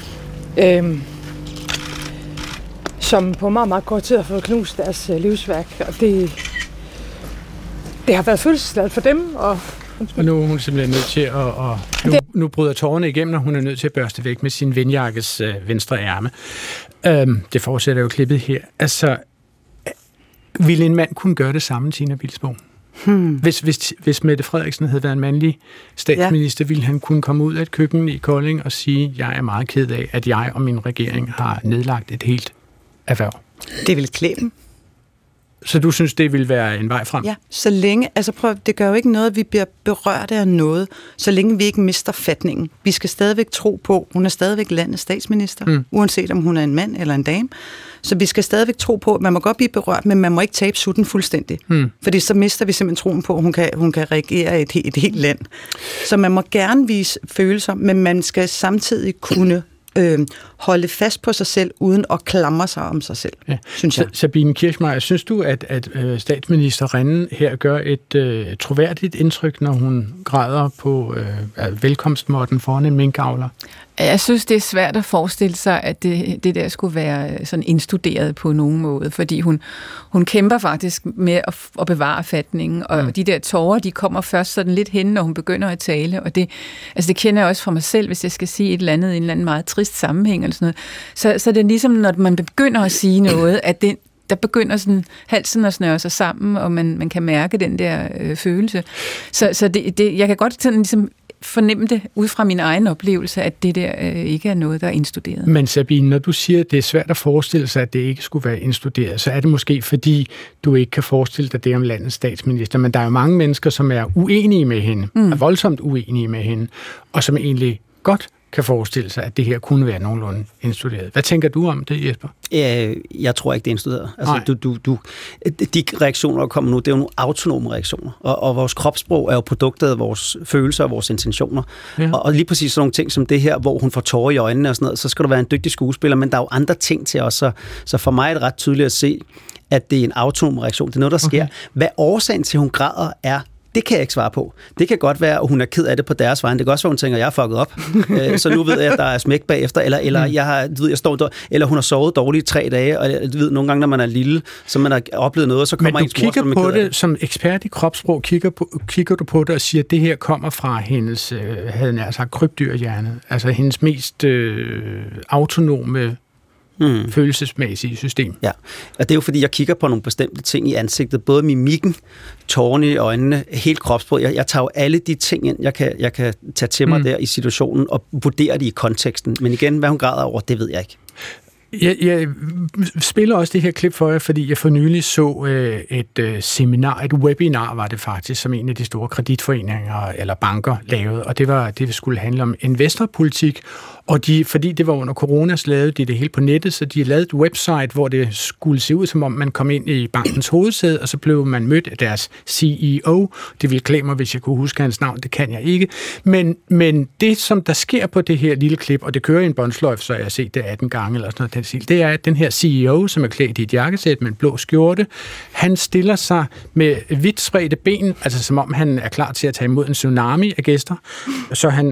Speaker 11: Som på meget, meget kort tid har fået knust deres livsværk. Og det har været fødselsdag for dem. Og
Speaker 3: nu er hun simpelthen nødt til at nu bryder tårerne igennem, og hun er nødt til at børste væk med sin vindjakkes venstre ærme. Det fortsætter jo klippet her. Altså, ville en mand kunne gøre det samme, Tina Bilsbo? Hvis Mette Frederiksen havde været en mandlig statsminister, ville han kunne komme ud af et køkken i Kolding og sige, jeg er meget ked af, at jeg og min regering har nedlagt et helt erhverv.
Speaker 4: Det vil klæde dem.
Speaker 3: Så du synes, det vil være en vej frem?
Speaker 4: Ja, så længe, det gør jo ikke noget, at vi bliver berørt af noget, så længe vi ikke mister fatningen. Vi skal stadigvæk tro på, hun er stadigvæk landets statsminister, uanset om hun er en mand eller en dame. Så vi skal stadigvæk tro på, at man må godt blive berørt, men man må ikke tabe sutten fuldstændig. Fordi så mister vi simpelthen troen på, at hun kan regere et helt land. Så man må gerne vise følelser, men man skal samtidig kunne holde fast på sig selv, uden at klamre sig om sig selv, synes jeg.
Speaker 3: Sabine Kirchmeier, synes du, at statsminister Renne her gør et troværdigt indtryk, når hun græder på velkomstmåtten foran en minkavler?
Speaker 6: Jeg synes, det er svært at forestille sig, at det der skulle være sådan indstuderet på nogen måde, fordi hun kæmper faktisk med at bevare fatningen, og de der tårer, de kommer først sådan lidt hen, når hun begynder at tale, og det kender jeg også fra mig selv, hvis jeg skal sige et eller andet, en eller anden meget trist sammenhæng eller sådan noget. Så det er ligesom, når man begynder at sige noget, at der begynder sådan halsen at snøre sig sammen, og man kan mærke den der følelse. Så jeg kan godt sådan ligesom fornemme det ud fra min egen oplevelse, at det der ikke er noget, der er indstuderet.
Speaker 3: Men Sabine, når du siger, at det er svært at forestille sig, at det ikke skulle være indstuderet, så er det måske fordi, du ikke kan forestille dig det om landets statsminister. Men der er jo mange mennesker, som er uenige med hende, er voldsomt uenige med hende, og som egentlig godt kan forestille sig, at det her kunne være nogenlunde indstuderet. Hvad tænker du om det, Jesper?
Speaker 5: Jeg tror ikke, det er indstuderet. Altså, de reaktioner, der kommer nu, det er jo nogle autonome reaktioner. Og vores kropssprog er jo produktet af vores følelser og vores intentioner. Ja. Og lige præcis sådan nogle ting som det her, hvor hun får tårer i øjnene og sådan noget, så skal du være en dygtig skuespiller, men der er jo andre ting til os. Så for mig er det ret tydeligt at se, at det er en autonom reaktion. Det er noget, der sker. Hvad årsagen til, hun græder, er, det kan jeg ikke svare på. Det kan godt være, at hun er ked af det på deres vegne. Det kan også være, hun tænker, at jeg er fucket op. Så nu ved jeg, at der er smæk bagefter. Eller jeg står, eller hun har sovet dårligt 3 dage. Og du ved, nogle gange, når man er lille, så man har oplevet noget, og så kommer ens mor,
Speaker 3: kigger på det som ekspert i kropssprog, kigger du på det og siger, at det her kommer fra hendes, havde nær sagt, krybdyrhjerne. Altså hendes mest autonome følelsesmæssige system.
Speaker 5: Ja, og det er jo fordi, jeg kigger på nogle bestemte ting i ansigtet, både mimikken, tårerne i øjnene, helt kropssprog. Jeg tager jo alle de ting ind, jeg kan tage til mig der i situationen, og vurdere det i konteksten. Men igen, hvad hun græder over, det ved jeg ikke.
Speaker 3: Jeg spiller også det her klip for jer, fordi jeg for nylig så et seminar, et webinar var det faktisk, som en af de store kreditforeninger eller banker lavede, og det skulle handle om investorpolitik, og fordi det var under corona, så lavede de det hele på nettet, så de lavede et website, hvor det skulle se ud, som om man kom ind i bankens hovedsæde, og så blev man mødt af deres CEO. Det ville klæde mig, hvis jeg kunne huske hans navn, det kan jeg ikke. Men det, som der sker på det her lille klip, og det kører i en båndsløjfe, så jeg har set det 18 gange eller sådan noget, det er, at den her CEO, som er klædt i et jakkesæt med en blå skjorte, han stiller sig med vidt spredte ben, altså som om han er klar til at tage imod en tsunami af gæster, så han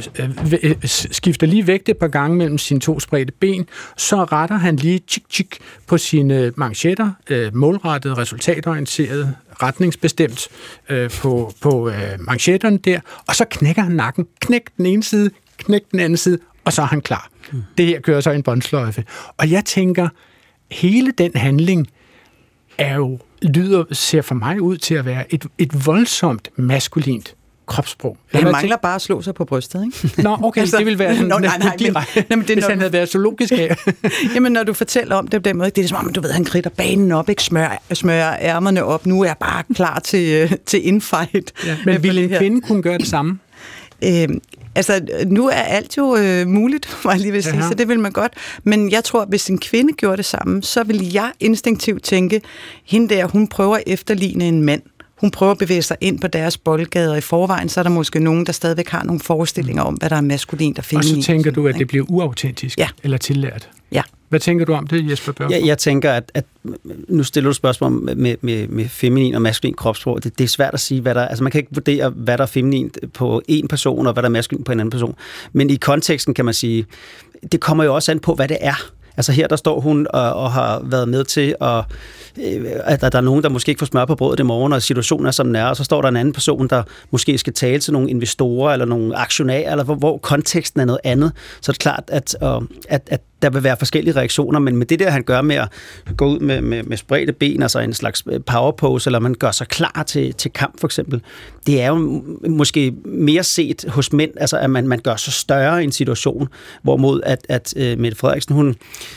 Speaker 3: skifter lige vægt et par gange mellem sine 2 spredte ben, så retter han lige tjik på sine manchetter, målrettet, resultatorienteret, retningsbestemt på manchetterne der, og så knækker han nakken, knæk den ene side, knæk den anden side, og så er han klar. Det her kører så en båndsløjfe. Og jeg tænker, hele den handling ser for mig ud til at være et voldsomt maskulint kropssprog.
Speaker 4: Han mangler bare at slå sig på brystet, ikke?
Speaker 3: Nå, okay, altså, det vil være hvis han havde været zoologisk her.
Speaker 4: Jamen, når du fortæller om det på den måde, det er som om, du ved, han kridter banen op, ikke? Smører ærmerne op, nu er jeg bare klar til infight.
Speaker 3: Ja, men ville en kvinde kunne gøre det samme?
Speaker 4: Nu er alt jo muligt, må jeg lige vil sige, så det vil man godt. Men jeg tror, at hvis en kvinde gjorde det samme, så vil jeg instinktivt tænke, hende der, hun prøver at efterligne en mand. Hun prøver at bevæge sig ind på deres boldgader, og i forvejen, så er der måske nogen, der stadigvæk har nogle forestillinger om, hvad der er maskulint og feminin.
Speaker 3: Og så tænker du, at det bliver uautentisk eller tillært?
Speaker 4: Ja.
Speaker 3: Hvad tænker du om det, Jesper Børgaard?
Speaker 5: Jeg tænker, at nu stiller du spørgsmål med feminin og maskulin kropssprog. Det er svært at sige, hvad der er. Altså man kan ikke vurdere, hvad der er feminint på en person, og hvad der er maskulin på en anden person. Men i konteksten kan man sige, det kommer jo også an på, hvad det er. Altså her, der står hun og har været med til, at der er nogen, der måske ikke får smør på brødet i morgen, og situationen er, som den er, og så står der en anden person, der måske skal tale til nogle investorer, eller nogle aktionærer, eller hvor konteksten er noget andet. Så er det klart, at der vil være forskellige reaktioner, men med det der, han gør med at gå ud med spredte ben, altså en slags power pose, eller man gør sig klar til kamp for eksempel, det er jo måske mere set hos mænd, altså at man gør sig større i en situation, hvorimod at Mette Frederiksen,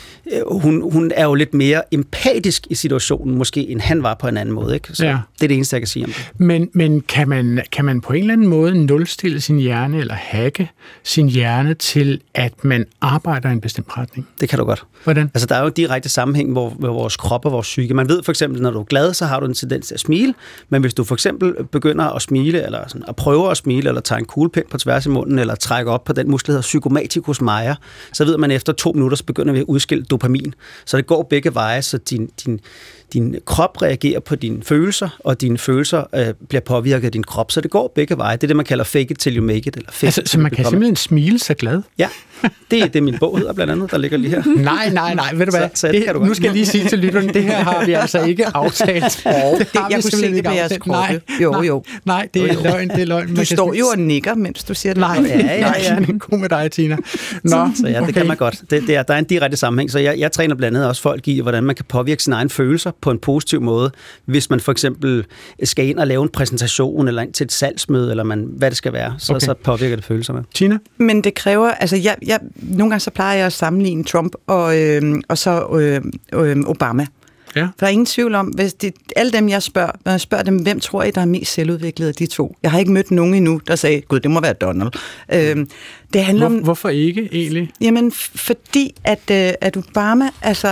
Speaker 5: hun er jo lidt mere empatisk i situationen, måske end han var på en anden måde. Ikke? Så det er det eneste, jeg kan sige om det.
Speaker 3: Men kan man på en eller anden måde nulstille sin hjerne, eller hacke sin hjerne til, at man arbejder i en bestemt retning?
Speaker 5: Det kan du godt.
Speaker 3: Hvordan?
Speaker 5: Altså, der er jo en direkte sammenhæng med vores krop og vores psyke. Man ved for eksempel, når du er glad, så har du en tendens til at smile, men hvis du for eksempel begynder at smile, eller sådan, at prøve at smile, eller tage en kuglepen på tværs i munden, eller trække op på den muskel, der hedder psykomaticus major, så ved man, efter 2 minutter, så begynder vi at udskille dopamin. Så det går begge veje, så din krop reagerer på dine følelser, og dine følelser bliver påvirket af din krop, så det går begge veje. Det er det, man kalder fake it till you make it. Eller fake
Speaker 3: altså, så man kan simpelthen smile sig glad?
Speaker 5: Ja, det er min bog hedder blandt andet, der ligger lige her.
Speaker 3: Nej, ved du hvad?
Speaker 5: Så det
Speaker 3: nu skal jeg lige sige til lytterne, det her har vi altså ikke aftalt.
Speaker 4: Jeg kunne se det på jeres kroppe. Jo.
Speaker 3: Nej, det er løgn.
Speaker 4: Du står jo og nikker, mens du siger det.
Speaker 3: Nej, god med dig, Tina.
Speaker 5: Så ja, det kan man godt. Der er en direkte sammenhæng, så jeg træner blandt andet også folk i, hvordan man kan påvirke sine egne følelser på en positiv måde, hvis man for eksempel skal ind og lave en præsentation, eller ind til et salgsmøde, eller hvad det skal være, så påvirker det følelserne.
Speaker 3: Tina?
Speaker 4: Men det kræver, altså nogle gange så plejer jeg at sammenligne Trump og så Obama.
Speaker 3: Ja.
Speaker 4: Der er ingen tvivl om, hvis alle dem, jeg spørger dem, hvem tror I, der er mest selvudviklet af de to? Jeg har ikke mødt nogen endnu, der sagde, gud, det må være Donald. Det handler om...
Speaker 3: Hvorfor ikke, egentlig?
Speaker 4: Jamen, fordi at Obama, altså,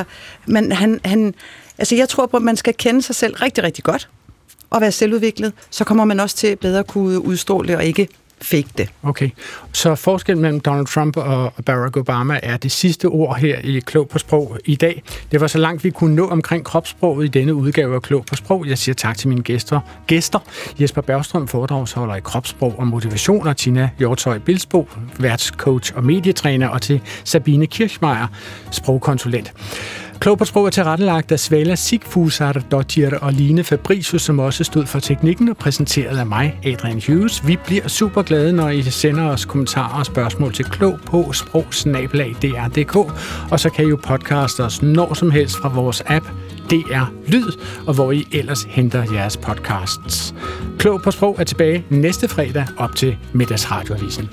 Speaker 4: altså, jeg tror på, at man skal kende sig selv rigtig, rigtig godt, og være selvudviklet, så kommer man også til bedre at kunne udstråle det, og ikke fake det.
Speaker 3: Okay, så forskellen mellem Donald Trump og Barack Obama er det sidste ord her i Klog på Sprog i dag. Det var så langt, vi kunne nå omkring kropssproget i denne udgave af Klog på Sprog. Jeg siger tak til mine gæster. Jesper Bergstrøm, foredragsholder i kropssprog og motivation, og Tina Hjortøj Bilsbo, værtscoach og medietræner, og til Sabine Kirchmeier, sprogkonsulent. Klog på Sprog er tilrettelagt af Svala Sigfusardottir og Line Fabricius, som også stod for teknikken og præsenteret af mig, Adrian Hughes. Vi bliver super glade, når I sender os kommentarer og spørgsmål til klog-på-sprog@dr.dk, og så kan I jo podcaste os når som helst fra vores app DR Lyd, og hvor I ellers henter jeres podcasts. Klog på Sprog er tilbage næste fredag op til Middagsradioavisen.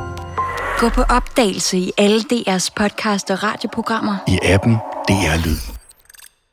Speaker 12: Gå på opdagelse i alle DR's podcast og radioprogrammer.
Speaker 13: I appen DR Lyd.